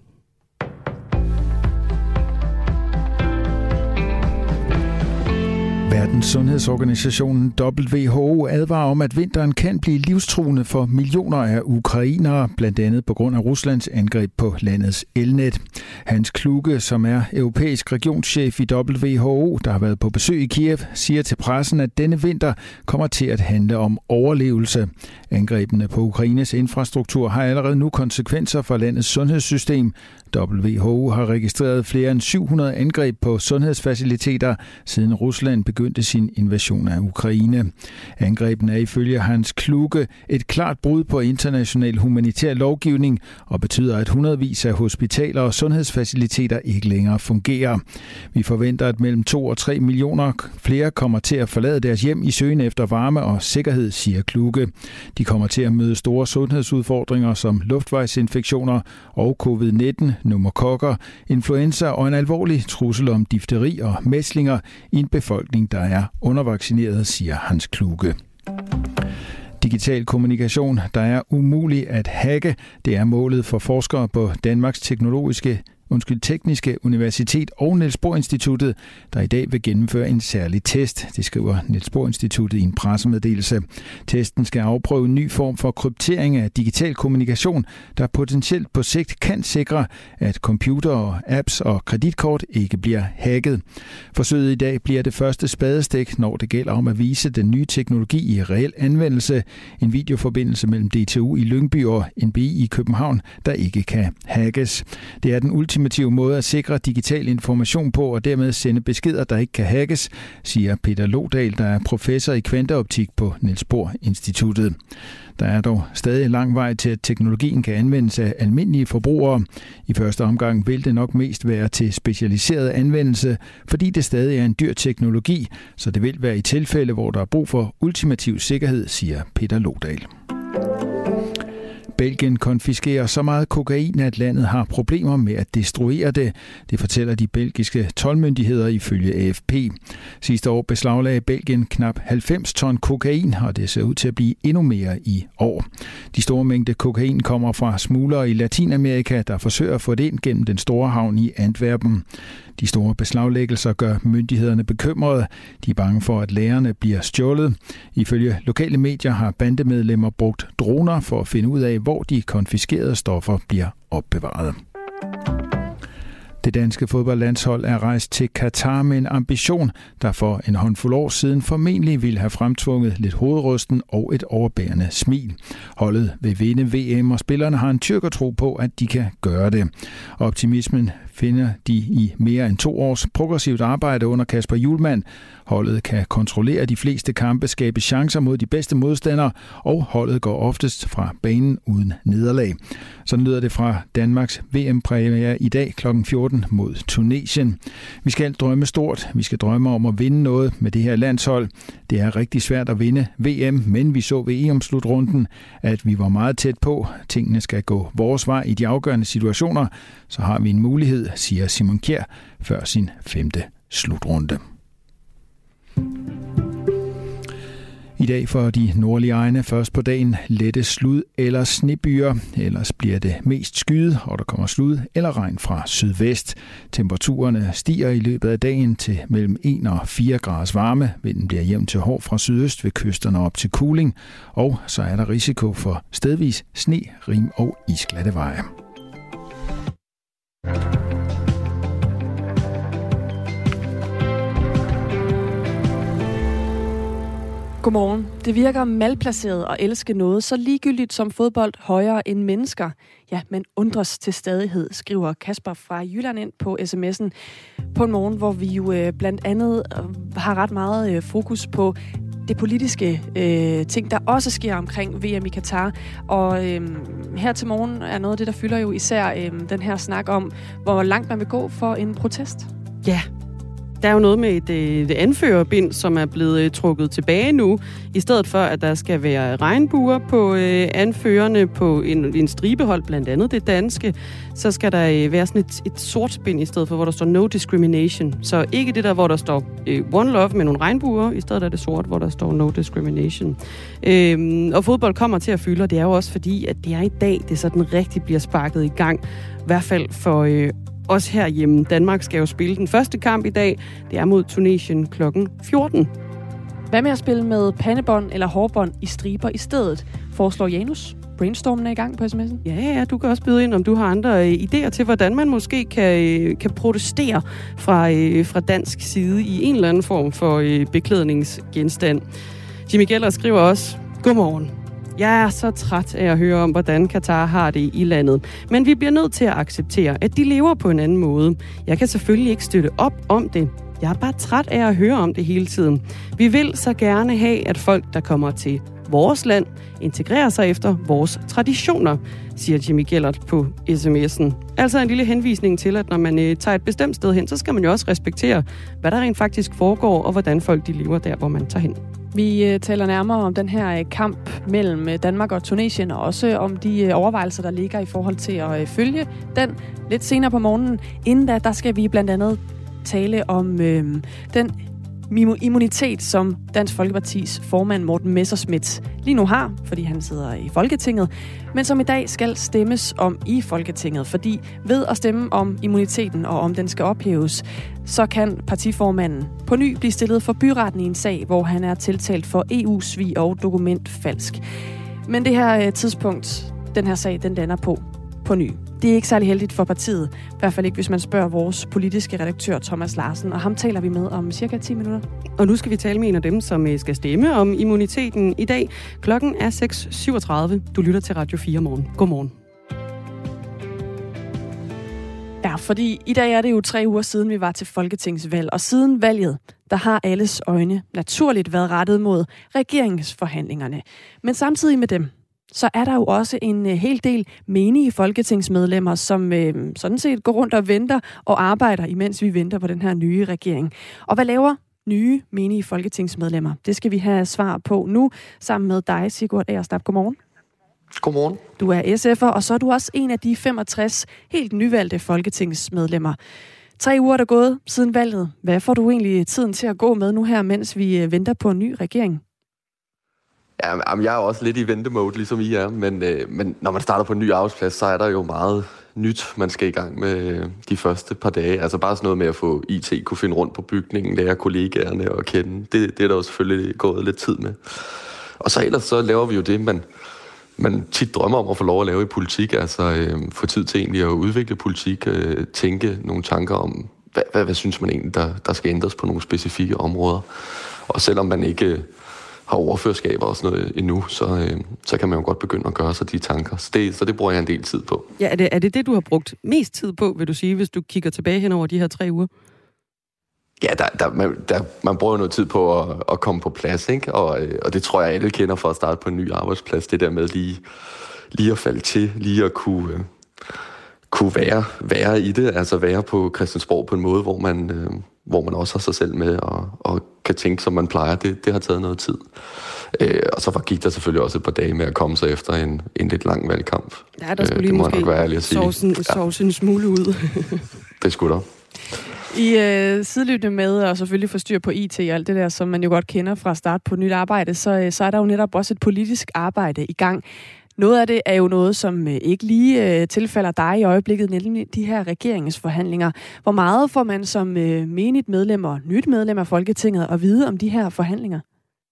Verdens Sundhedsorganisationen W H O advarer om, at vinteren kan blive livstruende for millioner af ukrainere, blandt andet på grund af Ruslands angreb på landets elnet. Hans Kluge, som er europæisk regionschef i W H O, der har været på besøg i Kiev, siger til pressen, at denne vinter kommer til at handle om overlevelse. Angrebene på Ukraines infrastruktur har allerede nu konsekvenser for landets sundhedssystem. W H O har registreret flere end syv hundrede angreb på sundhedsfaciliteter, siden Rusland begyndte sin invasion af Ukraine. Angrebene er ifølge Hans Kluge et klart brud på international humanitær lovgivning og betyder, at hundredvis af hospitaler og sundhedsfaciliteter ikke længere fungerer. Vi forventer, at mellem to og tre millioner flere kommer til at forlade deres hjem i søgen efter varme og sikkerhed, siger Kluge. De kommer til at møde store sundhedsudfordringer som luftvejsinfektioner og covid nitten, pneumokokker, influenza og en alvorlig trussel om difteri og mæslinger i en befolkning, der er undervaccineret, siger Hans Kluge. Digital kommunikation, der er umulig at hacke, det er målet for forskere på Danmarks Teknologiske Undskyld, Tekniske Universitet og Niels Bohr Instituttet, der i dag vil gennemføre en særlig test. Det skriver Niels Bohr Instituttet i en pressemeddelelse. Testen skal afprøve en ny form for kryptering af digital kommunikation, der potentielt på sigt kan sikre, at computer, apps og kreditkort ikke bliver hacket. Forsøget i dag bliver det første spadestik, når det gælder om at vise den nye teknologi i reel anvendelse. En videoforbindelse mellem D T U i Lyngby og N B I i København, der ikke kan hackes. Det er den ultimative måde at sikre digital information på og dermed sende beskeder, der ikke kan hackes, siger Peter Lodal, der er professor i kvanteoptik på Niels Bohr Instituttet. Der er dog stadig lang vej til, at teknologien kan anvendes af almindelige forbrugere. I første omgang vil det nok mest være til specialiseret anvendelse, fordi det stadig er en dyr teknologi, så det vil være i tilfælde, hvor der er brug for ultimativ sikkerhed, siger Peter Lodal. Belgien konfiskerer så meget kokain, at landet har problemer med at destruere det. Det fortæller de belgiske toldmyndigheder ifølge A F P. Sidste år beslaglagde Belgien knap halvfems ton kokain, og det ser ud til at blive endnu mere i år. De store mængder kokain kommer fra smuglere i Latinamerika, der forsøger at få det ind gennem den store havn i Antwerpen. De store beslaglæggelser gør myndighederne bekymrede. De er bange for, at lærerne bliver stjålet. Ifølge lokale medier har bandemedlemmer brugt droner for at finde ud af, hvor de konfiskerede stoffer bliver opbevaret. Det danske fodboldlandshold er rejst til Katar med en ambition, der for en håndfuld år siden formentlig ville have fremtvunget lidt hovedrysten og et overbærende smil. Holdet vil vinde V M, og spillerne har en tyrkertro på, at de kan gøre det. Optimismen finder de i mere end to års progressivt arbejde under Kasper Hjulmand. Holdet kan kontrollere de fleste kampe, skabe chancer mod de bedste modstandere, og holdet går oftest fra banen uden nederlag. Sådan lyder det fra Danmarks V M-premiere i dag klokken fjorten mod Tunesien. Vi skal drømme stort. Vi skal drømme om at vinde noget med det her landshold. Det er rigtig svært at vinde V M, men vi så ved E M-slutrunden, at vi var meget tæt på. Tingene skal gå vores vej i de afgørende situationer. Så har vi en mulighed, siger Simon Kjær, før sin femte slutrunde. I dag for de nordlige egne først på dagen lette slud eller snebyer. Ellers bliver det mest skyet, og der kommer slud eller regn fra sydvest. Temperaturerne stiger i løbet af dagen til mellem en og fire graders varme. Vinden bliver jævn til hård fra sydøst ved kysterne op til kuling. Og så er der risiko for stedvis sne, rim og isglatte veje. Godmorgen. Det virker malplaceret at elske noget så ligegyldigt som fodbold højere end mennesker. Ja, men undres til stadighed, skriver Kasper fra Jylland ind på sms'en på en morgen, hvor vi jo blandt andet har ret meget fokus på det politiske øh, ting, der også sker omkring V M i Katar. Og øh, her til morgen er noget af det, der fylder jo især øh, den her snak om, hvor langt man vil gå for en protest. Ja, Der er jo noget med et, et anførerbind, som er blevet trukket tilbage nu. I stedet for, at der skal være regnbuer på øh, anførerne på en, en stribehold, blandt andet det danske, så skal der øh, være sådan et, et sort bind i stedet for, hvor der står no discrimination. Så ikke det der, hvor der står øh, one love med nogle regnbuer, i stedet er det sort, hvor der står no discrimination. Øh, og fodbold kommer til at fylde, og det er jo også fordi, at det er i dag, det sådan rigtig bliver sparket i gang. I hvert fald for øh, os herhjemme. Danmark skal jo spille den første kamp i dag. Det er mod Tunesien klokken fjorten. Hvad med at spille med pandebånd eller hårbånd i striber i stedet, foreslår Janus. Brainstormen er i gang på sms'en. Ja, ja, du kan også byde ind, om du har andre øh, idéer til, hvordan man måske kan, øh, kan protestere fra, øh, fra dansk side i en eller anden form for øh, beklædningsgenstand. Jimmy Geller skriver også, godmorgen. Jeg er så træt af at høre om, hvordan Katar har det i landet. Men vi bliver nødt til at acceptere, at de lever på en anden måde. Jeg kan selvfølgelig ikke støtte op om det. Jeg er bare træt af at høre om det hele tiden. Vi vil så gerne have, at folk, der kommer til vores land, integrerer sig efter vores traditioner, siger Jimmy Gellert på sms'en. Altså en lille henvisning til, at når man øh, tager et bestemt sted hen, så skal man jo også respektere, hvad der rent faktisk foregår, og hvordan folk de lever der, hvor man tager hen. Vi øh, taler nærmere om den her øh, kamp mellem øh, Danmark og Tunesien, og også om de øh, overvejelser, der ligger i forhold til at øh, følge den lidt senere på morgenen. Inden da, der skal vi blandt andet tale om øh, den immunitet, som Dansk Folkepartis formand Morten Messerschmidt lige nu har, fordi han sidder i Folketinget, men som i dag skal stemmes om i Folketinget, fordi ved at stemme om immuniteten og om den skal ophæves, så kan partiformanden på ny blive stillet for byretten i en sag, hvor han er tiltalt for E U-svig og dokumentfalsk. Men det her tidspunkt, den her sag, den lander på på ny. Det er ikke særlig heldigt for partiet. I hvert fald ikke, hvis man spørger vores politiske redaktør Thomas Larsen, og ham taler vi med om cirka ti minutter. Og nu skal vi tale med en af dem, som skal stemme om immuniteten i dag. Klokken er seks syvogtredive. Du lytter til Radio fire morgen. Godmorgen. Ja, fordi i dag er det jo tre uger siden, vi var til folketingsvalg, og siden valget, der har alles øjne naturligt været rettet mod regeringsforhandlingerne. Men samtidig med dem, så er der jo også en uh, hel del menige folketingsmedlemmer, som uh, sådan set går rundt og venter og arbejder, imens vi venter på den her nye regering. Og hvad laver nye menige folketingsmedlemmer? Det skal vi have svar på nu, sammen med dig, Sigurd Agersnap. Godmorgen. Godmorgen. Du er S F'er, og så er du også en af de femogtres helt nyvalgte folketingsmedlemmer. Tre uger er der gået siden valget. Hvad får du egentlig tiden til at gå med nu her, mens vi uh, venter på en ny regering? Ja, jeg er også lidt i ventemode, ligesom I er, men, øh, men når man starter på en ny arbejdsplads, så er der jo meget nyt, man skal i gang med de første par dage. Altså bare sådan noget med at få I T, kunne finde rundt på bygningen, lære kollegaerne at kende. Det, det er der jo selvfølgelig gået lidt tid med. Og så ellers så laver vi jo det, man, man tit drømmer om at få lov at lave i politik. Altså øh, få tid til egentlig at udvikle politik, øh, tænke nogle tanker om, hvad, hvad, hvad synes man egentlig, der, der skal ændres på nogle specifikke områder. Og selvom man ikke har overførskaber og sådan noget endnu, så, øh, så kan man jo godt begynde at gøre sig de tanker. Så det, så det bruger jeg en del tid på. Ja, er det, er det det, du har brugt mest tid på, vil du sige, hvis du kigger tilbage hen over de her tre uger? Ja, der, der, man, der, man bruger jo noget tid på at, at komme på plads, ikke? Og, og det tror jeg, alle kender for at starte på en ny arbejdsplads. Det der med lige, lige at falde til, lige at kunne, øh, kunne være, være i det, altså være på Christiansborg på en måde, hvor man, øh, hvor man også har sig selv med og, og kan tænke, som man plejer. Det, det har taget noget tid. Øh, og så gik der selvfølgelig også et par dage med at komme sig efter en, en lidt lang valgkamp. Ja, der skulle øh, lige måske sovsen, ja. sovsen en smule ud. Det skulle der. I øh, sideløbende med at selvfølgelig få styr på I T og alt det der, som man jo godt kender fra start på nyt arbejde, så, så er der jo netop også et politisk arbejde i gang. Noget af det er jo noget, som ikke lige øh, tilfælder dig i øjeblikket, nemlig de her regeringsforhandlinger. Hvor meget får man som øh, menigt medlem og nyt medlem af Folketinget at vide om de her forhandlinger?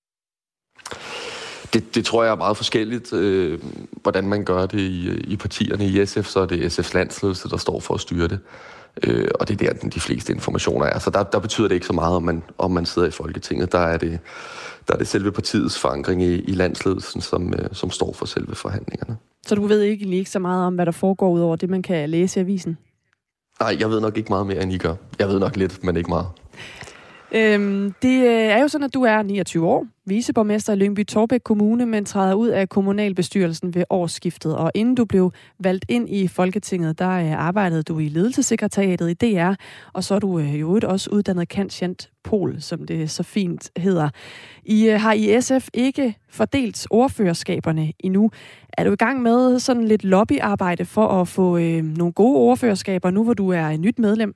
Det, det tror jeg er meget forskelligt, øh, hvordan man gør det i, i partierne. I S F, så er det S F's landsledelse, der står for at styre det. Øh, og det er der, de fleste informationer er. Så der, der betyder det ikke så meget, om man, om man sidder i Folketinget. Der er det, der er det selve partiets forankring i, i landsledelsen, som, øh, som står for selve forhandlingerne. Så du ved ikke, ikke så meget om, hvad der foregår ud over det, man kan læse i avisen? Nej, jeg ved nok ikke meget mere, end I gør. Jeg ved nok lidt, men ikke meget. Øhm, det er jo sådan, at du er niogtyve år, viceborgmester i Lyngby-Taarbæk Kommune, men træder ud af kommunalbestyrelsen ved årsskiftet. Og inden du blev valgt ind i Folketinget, der øh, arbejdede du i ledelsessekretariatet i D R, og så er du øh, jo også uddannet cand.scient. Pol, som det så fint hedder. I øh, har i S F ikke fordelt ordførerskaberne endnu. Er du i gang med sådan lidt lobbyarbejde for at få øh, nogle gode ordførerskaber, nu hvor du er et nyt medlem?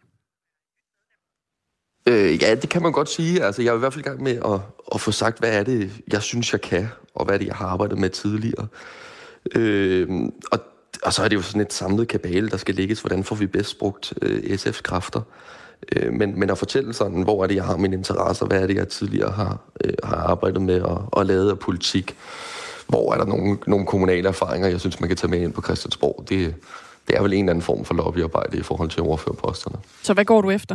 Øh, ja, det kan man godt sige. Altså, jeg er i hvert fald i gang med at, at få sagt, hvad er det, jeg synes, jeg kan, og hvad er det, jeg har arbejdet med tidligere. Øh, og, og så er det jo sådan et samlet kabale, der skal lægges, hvordan får vi bedst brugt øh, S F's kræfter. Øh, men, men at fortælle sådan, hvor er det, jeg har mine interesser, hvad er det, jeg tidligere har, øh, har arbejdet med og, og lavet af politik. Hvor er der nogle, nogle kommunale erfaringer, jeg synes, man kan tage med ind på Christiansborg. Det, det er vel en eller anden form for lobbyarbejde i forhold til ordførerposterne. Så hvad går du efter?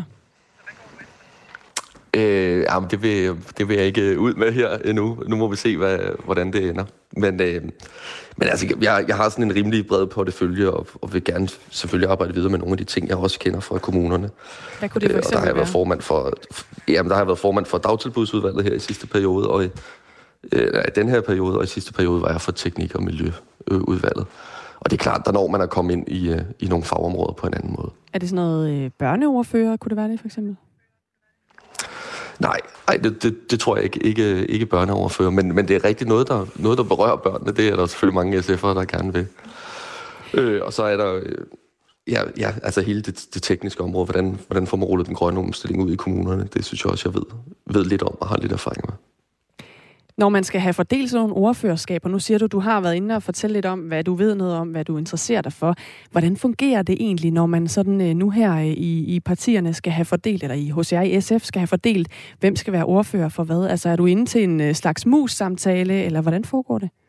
Øh, jamen, det vil, det vil jeg ikke ud med her endnu. Nu må vi se, hvad, hvordan det ender. Men, øh, men altså, jeg, jeg har sådan en rimelig bred portefølje, og, og vil gerne selvfølgelig arbejde videre med nogle af de ting, jeg også kender fra kommunerne. Hvad kunne det for eksempel øh, og der har jeg været være? formand for, jamen, der har jeg været formand for dagtilbudsudvalget her i sidste periode, og i øh, den her periode, og i sidste periode var jeg for teknik- og miljøudvalget. Og det er klart, der når man er kommet ind i, øh, i nogle fagområder på en anden måde. Er det sådan noget øh, børneordfører, kunne det være det for eksempel? Nej, nej det, det, det tror jeg ikke, ikke, ikke børneoverfører, men, men det er rigtig noget der, noget, der berører børnene. Det er der selvfølgelig mange S F'ere, der gerne vil. Øh, og så er der øh, ja, ja, altså hele det, det tekniske område. Hvordan, hvordan får man rullet den grønne omstilling ud i kommunerne? Det synes jeg også, jeg ved, ved lidt om og har lidt erfaring med. Når man skal have fordelt sådan nogle ordførerskaber, nu siger du, du har været inde og fortælle lidt om, hvad du ved noget om, hvad du interesserer dig for. Hvordan fungerer det egentlig, når man sådan nu her i, i partierne skal have fordelt, eller i hos jer i S F skal have fordelt, hvem skal være ordfører for hvad? Altså er du inde til en slags mus-samtale, eller hvordan foregår det?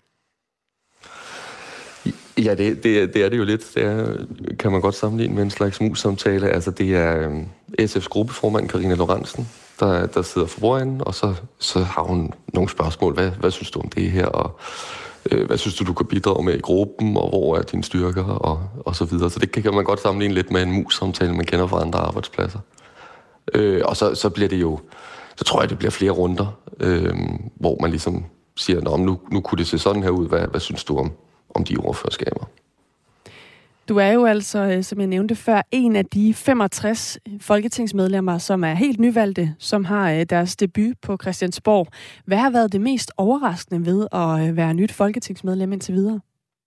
Ja, det, det, det er det jo lidt. Det er, kan man godt sammenligne med en slags mus-samtale. Altså det er S F's gruppeformand, Karina Lorentzen, der, der sidder for bordenden, og så, så har hun nogle spørgsmål. Hvad, hvad synes du om det her? Og øh, hvad synes du, du kan bidrage med i gruppen? Og hvor er dine styrker? Og, og så videre. Så det kan man godt sammenligne lidt med en mus-samtale, man kender fra andre arbejdspladser. Øh, og så, så bliver det jo, så tror jeg, det bliver flere runder, øh, hvor man ligesom siger, Nå, nu, nu kunne det se sådan her ud. Hvad, hvad synes du om, om de ordførerskaber? Du er jo altså, som jeg nævnte før, en af de femogtres folketingsmedlemmer, som er helt nyvalgte, som har deres debut på Christiansborg. Hvad har været det mest overraskende ved at være nyt folketingsmedlem indtil videre?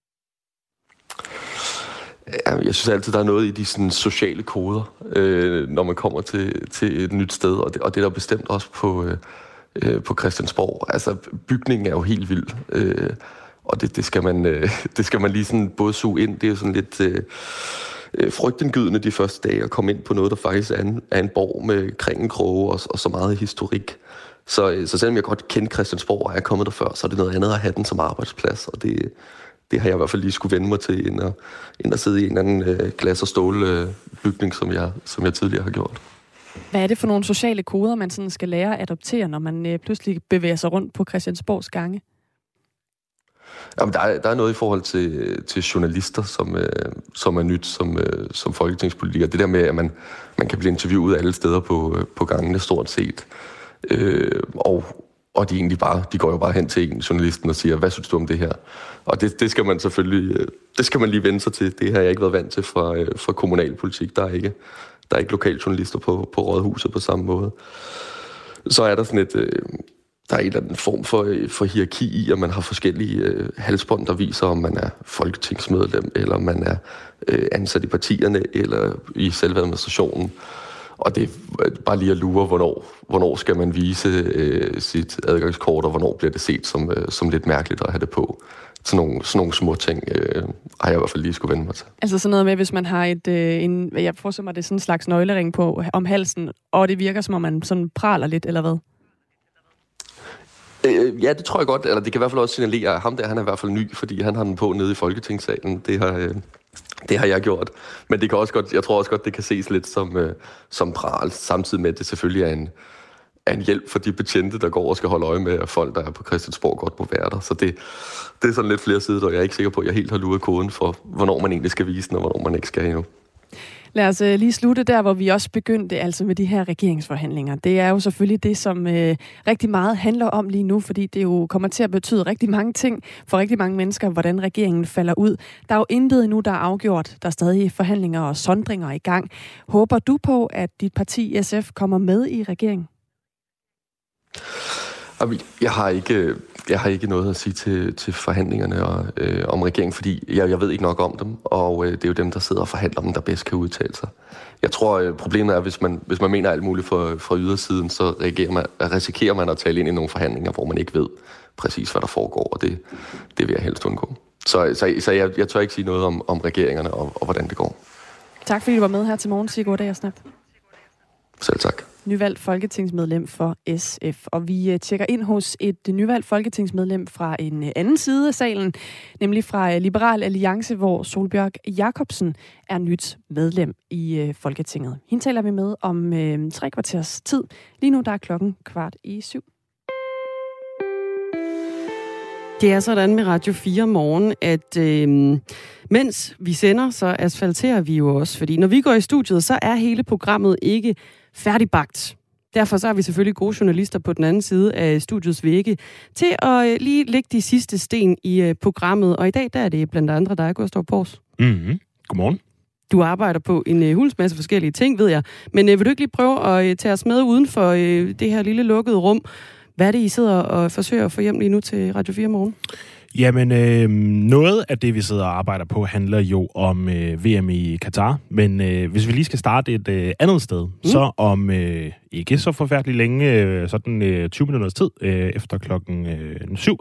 Jeg synes altid, der er noget i de sådan, sociale koder, øh, når man kommer til, til et nyt sted, og det, og det er der bestemt også på, øh, på Christiansborg. Altså, bygningen er jo helt vild. Øh, Og det, det, skal man, øh, det skal man lige sådan både suge ind. Det er jo sådan lidt øh, frygtindgydende de første dage at komme ind på noget, der faktisk er en, er en borg med kringenkroge og, og så meget historik. Så, så selvom jeg godt kendte Christiansborg, og jeg er kommet der før, så er det noget andet at have den som arbejdsplads. Og det, det har jeg i hvert fald lige skulle vende mig til, end at, end at sidde i en anden øh, glas- og stålbygning, øh, som, jeg, som jeg tidligere har gjort. Hvad er det for nogle sociale koder, man sådan skal lære at adoptere, når man øh, pludselig bevæger sig rundt på Christiansborgs gange? Jamen, der, er, der er noget i forhold til, til journalister, som, øh, som er nyt som, øh, som folketingspolitiker. Det der med, at man, man kan blive interviewet alle steder på, øh, på gangene stort set. Øh, og, og de egentlig bare, de går jo bare hen til en journalisten og siger, hvad synes du om det her? Og det, det skal man selvfølgelig, øh, det skal man lige vende sig til. Det har jeg ikke været vant til fra, øh, fra kommunalpolitik. Der er ikke, der er ikke lokaljournalister på, på Rådhuset på samme måde. Så er der sådan et... Øh, Der er en eller anden form for, for hierarki i, at man har forskellige øh, halsbånd, der viser, om man er folketingsmedlem, eller man er øh, ansat i partierne, eller i selve administrationen. Og det er bare lige at lure, hvornår, hvornår skal man vise øh, sit adgangskort, og hvornår bliver det set som, øh, som lidt mærkeligt at have det på. Sådan nogle, sådan nogle små ting øh, har jeg i hvert fald lige skulle vende mig til. Altså sådan noget med, hvis man har et, øh, en, jeg forestiller mig, det er sådan en slags nøglering på om halsen, og det virker, som om man sådan praler lidt, eller hvad? Øh, ja, det tror jeg godt. Eller det kan i hvert fald også signalere, at ham der, han er i hvert fald ny, fordi han har den på nede i Folketingssalen. Det har, øh, det har jeg gjort. Men det kan også godt, jeg tror også godt, det kan ses lidt som, øh, som pral, samtidig med, at det selvfølgelig er en, er en hjælp for de betjente, der går og skal holde øje med, at folk, der er på Christiansborg, godt må være der. Så det, det er sådan lidt flere sider, og jeg er ikke sikker på, at jeg helt har luret koden for, hvornår man egentlig skal vise den, og hvornår man ikke skal endnu. Lad os øh, lige slutte der, hvor vi også begyndte altså med de her regeringsforhandlinger. Det er jo selvfølgelig det, som øh, rigtig meget handler om lige nu, fordi det jo kommer til at betyde rigtig mange ting for rigtig mange mennesker, hvordan regeringen falder ud. Der er jo intet endnu, der er afgjort. Der er stadig forhandlinger og sondringer i gang. Håber du på, at dit parti S F kommer med i regeringen? Jeg har ikke, jeg har ikke noget at sige til, til forhandlingerne og, øh, om regeringen, fordi jeg, jeg ved ikke nok om dem, og øh, det er jo dem, der sidder og forhandler dem, der bedst kan udtale sig. Jeg tror, øh, problemet er, hvis man, hvis man mener alt muligt fra, fra ydersiden, så reagerer man, risikerer man at tale ind i nogle forhandlinger, hvor man ikke ved præcis, hvad der foregår, og det, det vil jeg helst undgå. Så, så, så jeg, jeg tør ikke sige noget om, om regeringerne og, og hvordan det går. Tak fordi du var med her til morgen, Sigurd Agersnap. Selv tak. Nyvalgt folketingsmedlem for S F. Og vi tjekker ind hos et nyvalgt folketingsmedlem fra en anden side af salen, nemlig fra Liberal Alliance, hvor Sólbjørg Jakobsen er nyt medlem i Folketinget. Hende taler vi med om øh, tre kvarters tid. Lige nu der er klokken kvart i syv. Det er sådan med Radio fire morgen, at øh, mens vi sender, så asfalterer vi jo også. Fordi når vi går i studiet, så er hele programmet ikke færdigbagt. Derfor så har vi selvfølgelig gode journalister på den anden side af studiets vægge til at øh, lige lægge de sidste sten i øh, programmet. Og i dag der er det blandt andre dig, Gustav Pors. Mm-hmm. Godmorgen. Du arbejder på en øh, hulens masse forskellige ting, ved jeg. Men øh, vil du ikke lige prøve at øh, tage os med uden for øh, det her lille lukkede rum? Hvad er det, I sidder og forsøger at få hjem lige nu til Radio fire morgen? Jamen, øh, noget af det, vi sidder og arbejder på, handler jo om øh, V M i Katar. Men øh, hvis vi lige skal starte et øh, andet sted, mm. så om øh, ikke så forfærdeligt længe, øh, sådan øh, tyve minutters tid øh, efter klokken øh, syv,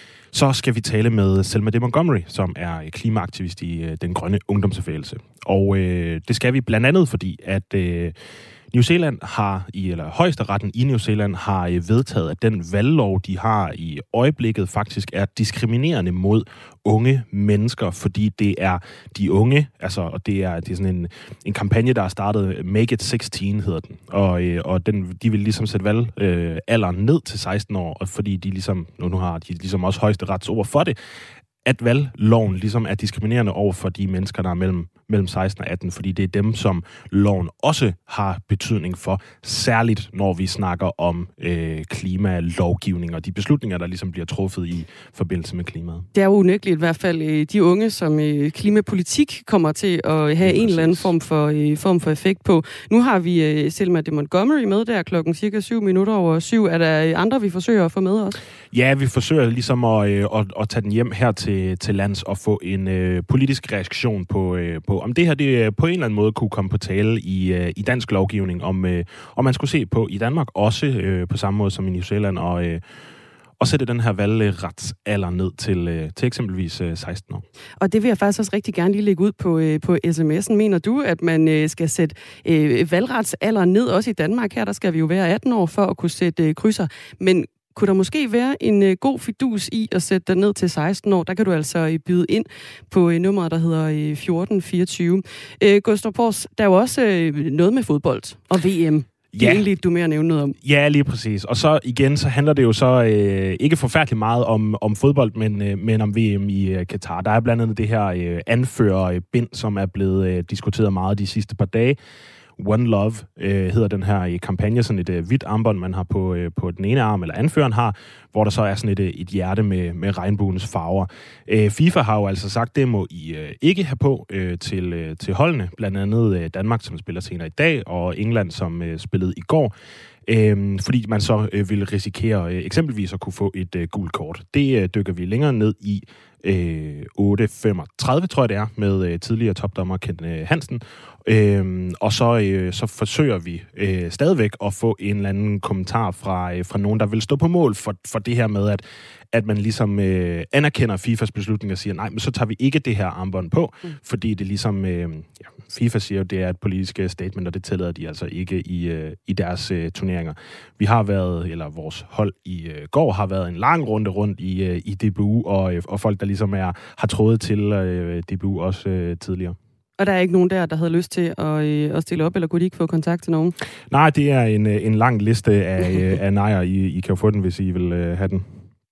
så skal vi tale med Selma de Montgomery, som er klimaaktivist i øh, Den Grønne Ungdomsbevægelse. Og øh, det skal vi blandt andet, fordi at Øh, New Zealand har, i, eller højesteretten i New Zealand har vedtaget, at den valglov, de har i øjeblikket, faktisk er diskriminerende mod unge mennesker, fordi det er de unge, altså, og det er, det er sådan en, en kampagne, der er startet, Make It seksten hedder den, og, og den, de vil ligesom sætte valgalderen ned til seksten år, og fordi de ligesom, nu har de ligesom også højesteretsord for det, at valgloven ligesom er diskriminerende over for de mennesker, der er mellem, mellem seksten og atten, fordi det er dem, som loven også har betydning for, særligt når vi snakker om øh, klimalovgivning og de beslutninger, der ligesom bliver truffet i forbindelse med klimaet. Det er jo unægteligt i hvert fald øh, de unge, som øh, klimapolitik kommer til at have en eller anden form for, øh, form for effekt på. Nu har vi øh, Selma de Montgomery med der klokken cirka syv minutter over syv. Er der andre, vi forsøger at få med også? Ja, vi forsøger ligesom at, øh, at, at tage den hjem her til, til lands og få en øh, politisk reaktion på, øh, på, om det her det på en eller anden måde kunne komme på tale i, øh, i dansk lovgivning, om, øh, om man skulle se på i Danmark også øh, på samme måde som i New Zealand, og, øh, og sætte den her valgretsalder ned til, øh, til eksempelvis øh, seksten år. Og det vil jeg faktisk også rigtig gerne lige lægge ud på, øh, på sms'en. Mener du, at man øh, skal sætte øh, valgretsalder ned også i Danmark? Her der skal vi jo være atten år for at kunne sætte øh, krydser, men kunne der måske være en øh, god fidus i at sætte dig ned til seksten år? Der kan du altså øh, byde ind på øh, nummeret, der hedder øh, fjorten fireogtyve. Øh, Gustav Pors, der er jo også øh, noget med fodbold og V M. Det er egentlig, du mere nævne noget om. Ja, lige præcis. Og så igen, så handler det jo så øh, ikke forfærdeligt meget om, om fodbold, men, øh, men om V M i øh, Katar. Der er blandt andet det her øh, anførerbind, som er blevet øh, diskuteret meget de sidste par dage. One Love øh, hedder den her kampagne, sådan et øh, hvidt armbånd, man har på, øh, på den ene arm, eller anføreren har, hvor der så er sådan et, et hjerte med, med regnbuens farver. Øh, FIFA har jo altså sagt, det må I øh, ikke have på øh, til, øh, til holdene, blandt andet øh, Danmark, som spiller senere i dag, og England, som øh, spillede i går. Øhm, fordi man så øh, ville risikere øh, eksempelvis at kunne få et øh, gult kort. Det øh, dykker vi længere ned i øh, otte femogtredive, tror jeg det er, med øh, tidligere topdommer Ken øh, Hansen. Øhm, og så, øh, så forsøger vi øh, stadigvæk at få en eller anden kommentar fra, øh, fra nogen, der vil stå på mål for, for det her med, at, at man ligesom øh, anerkender FIFAs beslutning og siger, nej, men så tager vi ikke det her armbånd på, mm. fordi det ligesom, øh, ja, FIFA siger jo, det er et politisk statement, og det tillader de altså ikke i, øh, i deres øh, turneringer. Vi har været, eller vores hold i øh, går har været en lang runde rundt i, øh, i D B U, og, øh, og folk, der ligesom er, har trådet til øh, D B U også øh, tidligere. Og der er ikke nogen der, der havde lyst til at, øh, at stille op, eller kunne de ikke få kontakt til nogen? Nej, det er en, en lang liste af, af nejer. I, I kan jo få den, hvis I vil øh, have den.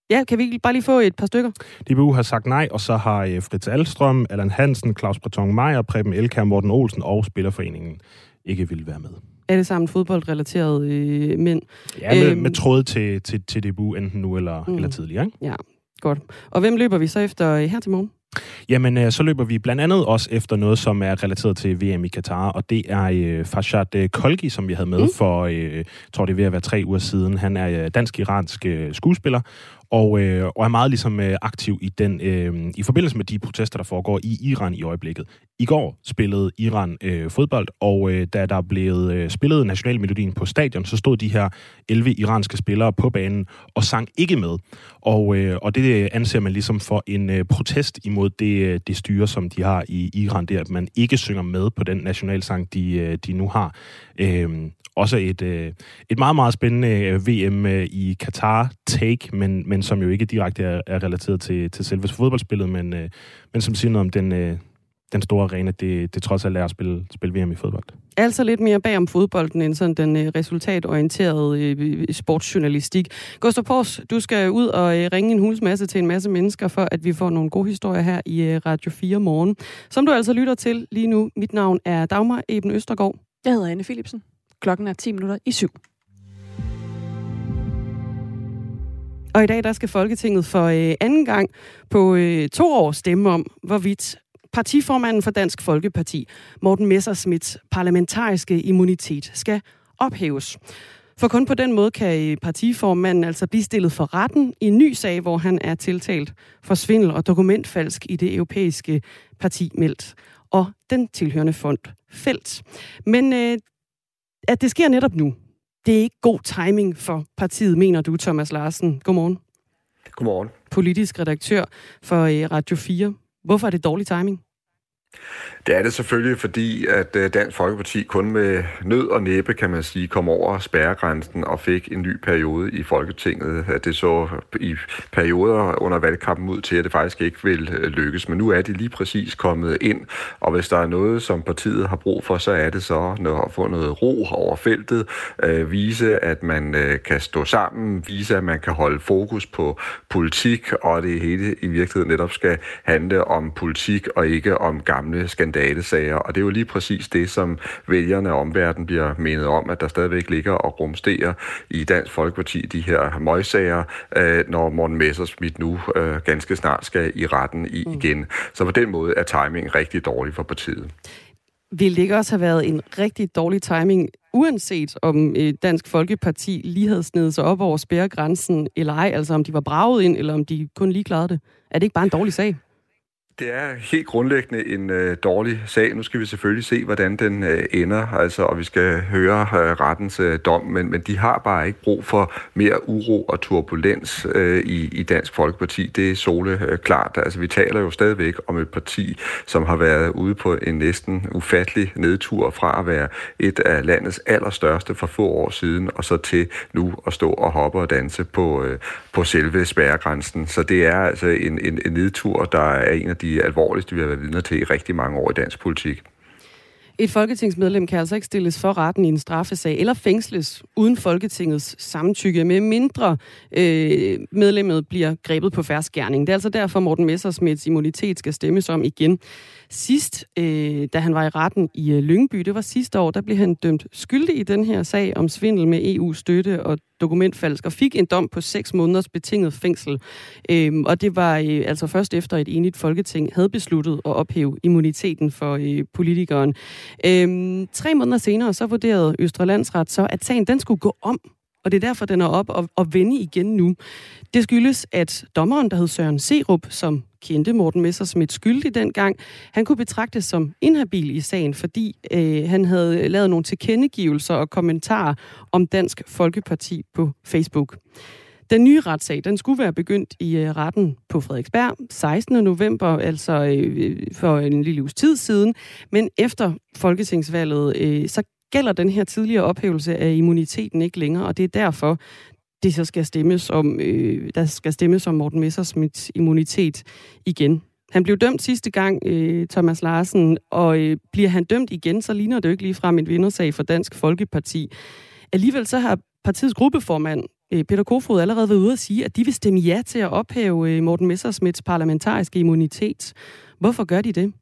Ja, kan vi bare lige få et par stykker? D B U har sagt nej, og så har øh, Fritz Alstrøm, Allan Hansen, Claus Breton Meyer, Preben Elkær, Morten Olsen og Spillerforeningen ikke vil være med. Er det sammen fodboldrelaterede øh, mænd? Ja, med, øhm, med tråd til, til, til D B U, enten nu eller, mm. eller tidligere. Ikke? Ja, godt. Og hvem løber vi så efter øh, her til morgen? Jamen, øh, så løber vi blandt andet også efter noget, som er relateret til V M i Katar, og det er øh, Farshad øh, Kholgi, som vi havde med mm. for, øh, jeg tror det er ved at være tre uger siden. Han er øh, dansk-iransk øh, skuespiller, og, øh, og er meget ligesom øh, aktiv i den øh, i forbindelse med de protester, der foregår i Iran i øjeblikket. I går spillede Iran øh, fodbold, og øh, da der blev øh, spillet nationalmelodien på stadion, så stod de her elleve iranske spillere på banen og sang ikke med. Og, øh, og det anser man ligesom for en øh, protest imod det, det styre, som de har i Iran, det er, at man ikke synger med på den nationalsang, de, de nu har. Øh, også et, et meget, meget spændende V M i Katar take, men, men som jo ikke direkte er, er relateret til, til selve fodboldspillet, men, men som siger noget om den, den store arena, det, det trods alt er at spille, spille V M i fodbold. Altså lidt mere bag om fodbolden end sådan den resultatorienterede øh, sportsjournalistik. Gustav Pors, du skal ud og øh, ringe en hulens masse til en masse mennesker, for at vi får nogle gode historier her i øh, Radio fire morgen. Som du altså lytter til lige nu. Mit navn er Dagmar Eben Østergaard. Jeg hedder Anne Philipsen. Klokken er ti minutter i syv. Og i dag der skal Folketinget for øh, anden gang på øh, to år stemme om, hvorvidt partiformanden for Dansk Folkeparti, Morten Messerschmidts parlamentariske immunitet, skal ophæves. For kun på den måde kan partiformanden altså blive stillet for retten i en ny sag, hvor han er tiltalt for svindel og dokumentfalsk i det europæiske parti Meldt og den tilhørende fond Felt. Men øh, at det sker netop nu, det er ikke god timing for partiet, mener du, Thomas Larsen. Godmorgen. Godmorgen. Politisk redaktør for øh, Radio fire. Hvorfor er det dårlig timing? Det er det selvfølgelig, fordi at Dansk Folkeparti kun med nød og næppe, kan man sige, kom over spærregrænsen og fik en ny periode i Folketinget. At det så i perioder under valgkampen ud til, at det faktisk ikke vil lykkes. Men nu er de lige præcis kommet ind, og hvis der er noget, som partiet har brug for, så er det så at få noget ro over feltet, øh, vise, at man øh, kan stå sammen, vise, at man kan holde fokus på politik, og det hele i virkeligheden netop skal handle om politik og ikke om gamle skandalesager, og det er jo lige præcis det, som vælgerne og omverdenen bliver mindet om, at der stadigvæk ligger og rumsterer i Dansk Folkeparti de her møgsager, øh, når Morten Messerschmidt nu øh, ganske snart skal i retten i, mm. igen. Så på den måde er timing rigtig dårlig for partiet. Vil det ikke også have været en rigtig dårlig timing, uanset om øh, Dansk Folkeparti lige havde snedet sig op over spærregrænsen eller ej, altså om de var braget ind, eller om de kun lige klarede det? Er det ikke bare en dårlig sag? Det er helt grundlæggende en øh, dårlig sag. Nu skal vi selvfølgelig se, hvordan den øh, ender, altså, og vi skal høre øh, rettens øh, dom, men, men de har bare ikke brug for mere uro og turbulens øh, i, i Dansk Folkeparti. Det er sole øh, klart. Altså, vi taler jo stadigvæk om et parti, som har været ude på en næsten ufattelig nedtur fra at være et af landets allerstørste for få år siden, og så til nu at stå og hoppe og danse på, øh, på selve spærregrænsen. Så det er altså en, en, en nedtur, der er en af de de alvorligste, vi har været vidner til i rigtig mange år i dansk politik. Et folketingsmedlem kan altså ikke stilles for retten i en straffesag eller fængsles uden Folketingets samtykke, med mindre øh, medlemmet bliver grebet på fersk gerning. Det er altså derfor, Morten Messerschmidts immunitet skal stemmes om igen. Sidst, øh, da han var i retten i øh, Lyngby, det var sidste år, der blev han dømt skyldig i den her sag om svindel med E U-støtte og dokumentfalsk, og fik en dom på seks måneders betinget fængsel. Øhm, og det var øh, altså først efter et enigt Folketing havde besluttet at ophæve immuniteten for øh, politikeren. Øhm, tre måneder senere, så vurderede Østre Landsret så, at sagen den skulle gå om, og det er derfor, den er op og, og vende igen nu. Det skyldes, at dommeren, der hed Søren Serup, som kendte Morten Messerschmidt skyldig dengang, han kunne betragtes som inhabil i sagen, fordi øh, han havde lavet nogle tilkendegivelser og kommentarer om Dansk Folkeparti på Facebook. Den nye retssag, den skulle være begyndt i øh, retten på Frederiksberg sekstende november, altså øh, for en lille uges tid siden, men efter folketingsvalget, øh, så gælder den her tidligere ophævelse af immuniteten ikke længere, og det er derfor, det så skal stemmes om, øh, der skal stemmes om Morten Messerschmidts immunitet igen. Han blev dømt sidste gang, øh, Thomas Larsen, og øh, bliver han dømt igen, så ligner det jo ikke ligefrem en vindersag for Dansk Folkeparti. Alligevel så har partiets gruppeformand, Peter Kofod, allerede været ude at sige, at de vil stemme ja til at ophæve Morten Messerschmidts parlamentariske immunitet. Hvorfor gør de det?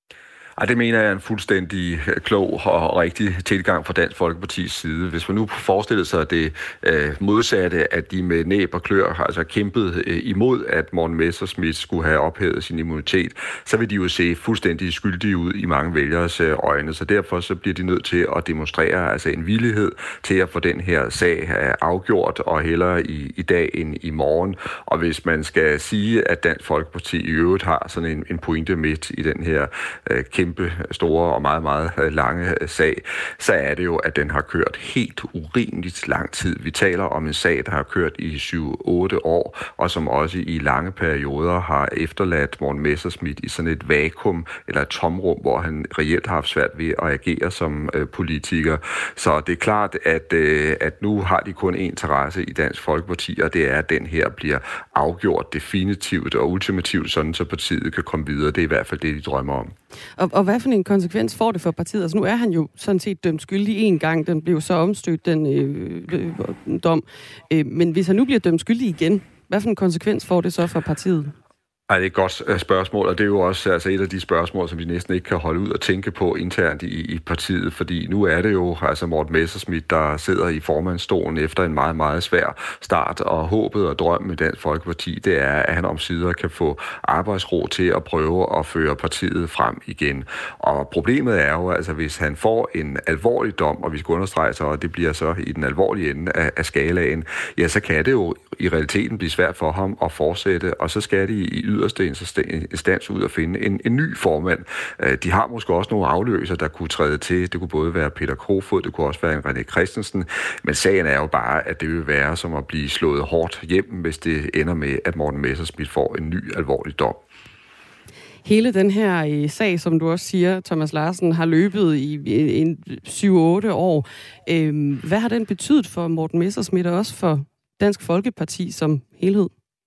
Ej, det mener jeg er en fuldstændig klog og rigtig tilgang fra Dansk Folkepartis side. Hvis man nu forestiller sig det øh, modsatte, at de med næb og klør altså kæmpet øh, imod, at Morten Messerschmidt skulle have ophævet sin immunitet, så vil de jo se fuldstændig skyldige ud i mange vælgeres øh, øjne. Så derfor så bliver de nødt til at demonstrere altså en villighed til at få den her sag øh, afgjort, og hellere i, i dag end i morgen. Og hvis man skal sige, at Dansk Folkeparti i øvrigt har sådan en, en pointe midt i den her øh, kæmpe store og meget, meget lange sag, så er det jo, at den har kørt helt urimeligt lang tid. Vi taler om en sag, der har kørt i syv otte år, og som også i lange perioder har efterladt Morten Messerschmidt i sådan et vakuum eller et tomrum, hvor han reelt har haft svært ved at agere som øh, politiker. Så det er klart, at, øh, at nu har de kun én interesse i Dansk Folkeparti, og det er, at den her bliver afgjort definitivt og ultimativt, sådan så partiet kan komme videre. Det er i hvert fald det, de drømmer om. Og, og hvad for en konsekvens får det for partiet? Altså nu er han jo sådan set dømt skyldig en gang. Den blev så omstødt, den øh, øh, dom. Øh, men hvis han nu bliver dømt skyldig igen, hvad for en konsekvens får det så for partiet? Ej, det er et godt spørgsmål, og det er jo også altså et af de spørgsmål, som vi næsten ikke kan holde ud og tænke på internt i, i partiet, fordi nu er det jo altså Morten Messerschmidt, der sidder i formandsstolen efter en meget, meget svær start, og håbet og drømmen i Dansk Folkeparti, det er, at han omsider kan få arbejdsro til at prøve at føre partiet frem igen. Og problemet er jo, altså hvis han får en alvorlig dom, og vi skal understrege sig, og det bliver så i den alvorlige ende af, af skalaen, ja, så kan det jo i realiteten blive svært for ham at fortsætte, og så skal de i yderste instans ud at finde en, en ny formand. De har måske også nogle afløser, der kunne træde til. Det kunne både være Peter Kofod, det kunne også være en René Christensen, men sagen er jo bare, at det vil være som at blive slået hårdt hjem, hvis det ender med, at Morten Messerschmidt får en ny alvorlig dom. Hele den her øh, sag, som du også siger, Thomas Larsen, har løbet i øh, en syv otte år. Øh, hvad har den betydet for Morten Messerschmidt og også for Dansk Folkeparti som helhed?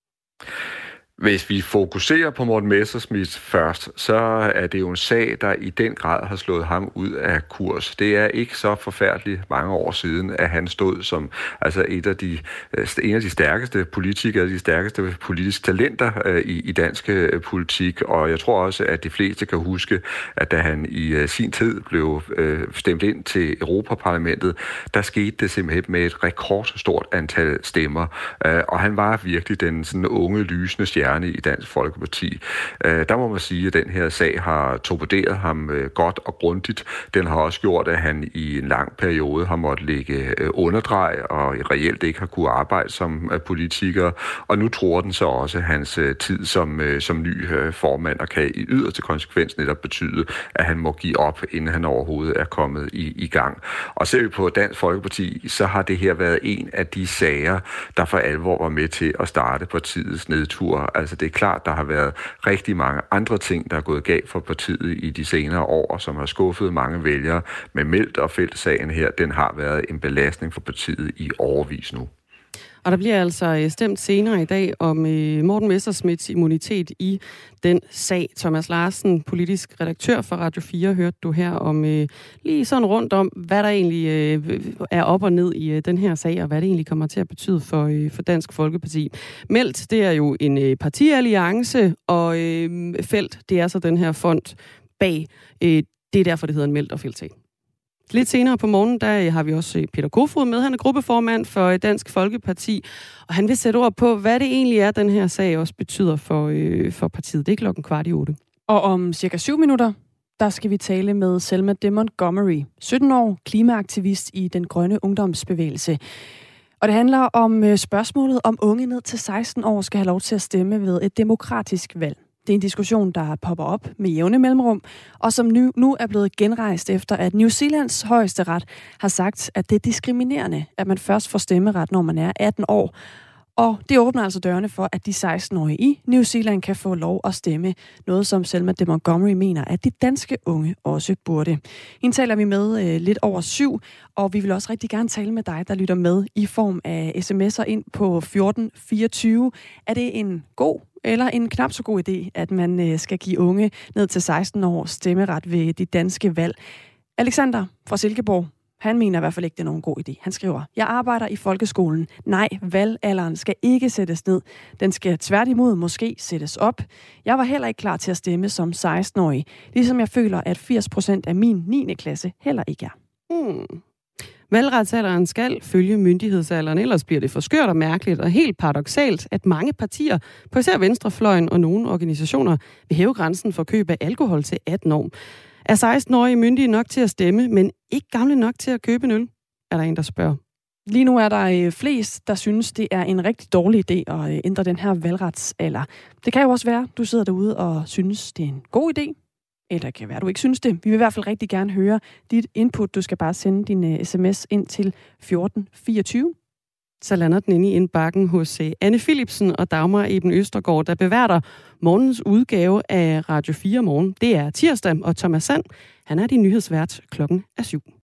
Hvis vi fokuserer på Morten Messerschmidt først, så er det jo en sag, der i den grad har slået ham ud af kurs. Det er ikke så forfærdeligt mange år siden, at han stod som altså et af de, en af de stærkeste politikere, de stærkeste politiske talenter øh, i, i dansk øh, politik. Og jeg tror også, at de fleste kan huske, at da han i øh, sin tid blev øh, stemt ind til Europaparlamentet, der skete det simpelthen med et rekordstort antal stemmer. Øh, og han var virkelig den sådan unge, lysende stjerne i Dansk Folkeparti. Øh, der må man sige, at den her sag har torpederet ham øh, godt og grundigt. Den har også gjort, at han i en lang periode har måttet ligge øh, underdrej og reelt ikke har kunne arbejde som øh, politiker. Og nu tror den så også hans øh, tid som, øh, som ny øh, formand og kan i yderste konsekvens netop betyde, at han må give op, inden han overhovedet er kommet i, i gang. Og ser vi på Dansk Folkeparti, så har det her været en af de sager, der for alvor var med til at starte partiets nedtur. Altså det er klart, der har været rigtig mange andre ting, der er gået galt for partiet i de senere år, som har skuffet mange vælgere. Men Meldt og Felt-sagen her, den har været en belastning for partiet i årevis nu. Og der bliver altså stemt senere i dag om Morten Messerschmidts immunitet i den sag. Thomas Larsen, politisk redaktør for Radio fire, hørte du her om lige sådan rundt om, hvad der egentlig er op og ned i den her sag, og hvad det egentlig kommer til at betyde for, for Dansk Folkeparti. Meldt, det er jo en partialliance, og Felt, det er så den her fond bag. Det er derfor, det hedder en Meldt og Felt-sag. Lidt senere på morgenen, der har vi også Peter Kofod med. Han er gruppeformand for Dansk Folkeparti, og han vil sætte ord på, hvad det egentlig er, den her sag også betyder for, øh, for partiet. Det er klokken kvart i otte. Og om cirka syv minutter, der skal vi tale med Selma de Montgomery, sytten år, klimaaktivist i den grønne ungdomsbevægelse. Og det handler om spørgsmålet, om unge ned til seksten år skal have lov til at stemme ved et demokratisk valg. Det er en diskussion, der popper op med jævne mellemrum, og som nu, nu er blevet genrejst efter, at New Zealands højesteret har sagt, at det er diskriminerende, at man først får stemmeret, når man er atten år. Og det åbner altså dørene for, at de seksten-årige i New Zealand kan få lov at stemme. Noget, som Selma de Montgomery mener, at de danske unge også burde. Hende taler vi med øh, lidt over syv, og vi vil også rigtig gerne tale med dig, der lytter med i form af sms'er ind på fjorten fireogtyve. Er det en god eller en knap så god idé, at man øh, skal give unge ned til seksten år stemmeret ved de danske valg? Alexander fra Silkeborg, Han mener i hvert fald ikke, det er nogen god idé. Han skriver, jeg arbejder i folkeskolen. Nej, valgalderen skal ikke sættes ned. Den skal tværtimod måske sættes op. Jeg var heller ikke klar til at stemme som seksten-årig, ligesom jeg føler, at firs procent af min niende klasse heller ikke er. Hmm. Valgretsalderen skal følge myndighedsalderen, ellers bliver det for skørt og mærkeligt og helt paradoksalt, at mange partier, på især venstrefløjen og nogle organisationer, vil hæve grænsen for køb af alkohol til atten år. Er seksten-årige myndige nok til at stemme, men ikke gamle nok til at købe en øl? Er der en, der spørger. Lige nu er der flest, der synes, det er en rigtig dårlig idé at ændre den her valgretsalder. Det kan jo også være, du sidder derude og synes, det er en god idé. Eller det kan være, du ikke synes det. Vi vil i hvert fald rigtig gerne høre dit input. Du skal bare sende din uh, sms ind til fjorten fireogtyve. Så lander den inde i indbakken hos uh, Anne Philipsen og Dagmar Eben Østergaard, der beværter morgens udgave af Radio fire Morgen. Det er tirsdag, og Thomas Sand, han er din nyhedsvært klokken er syv.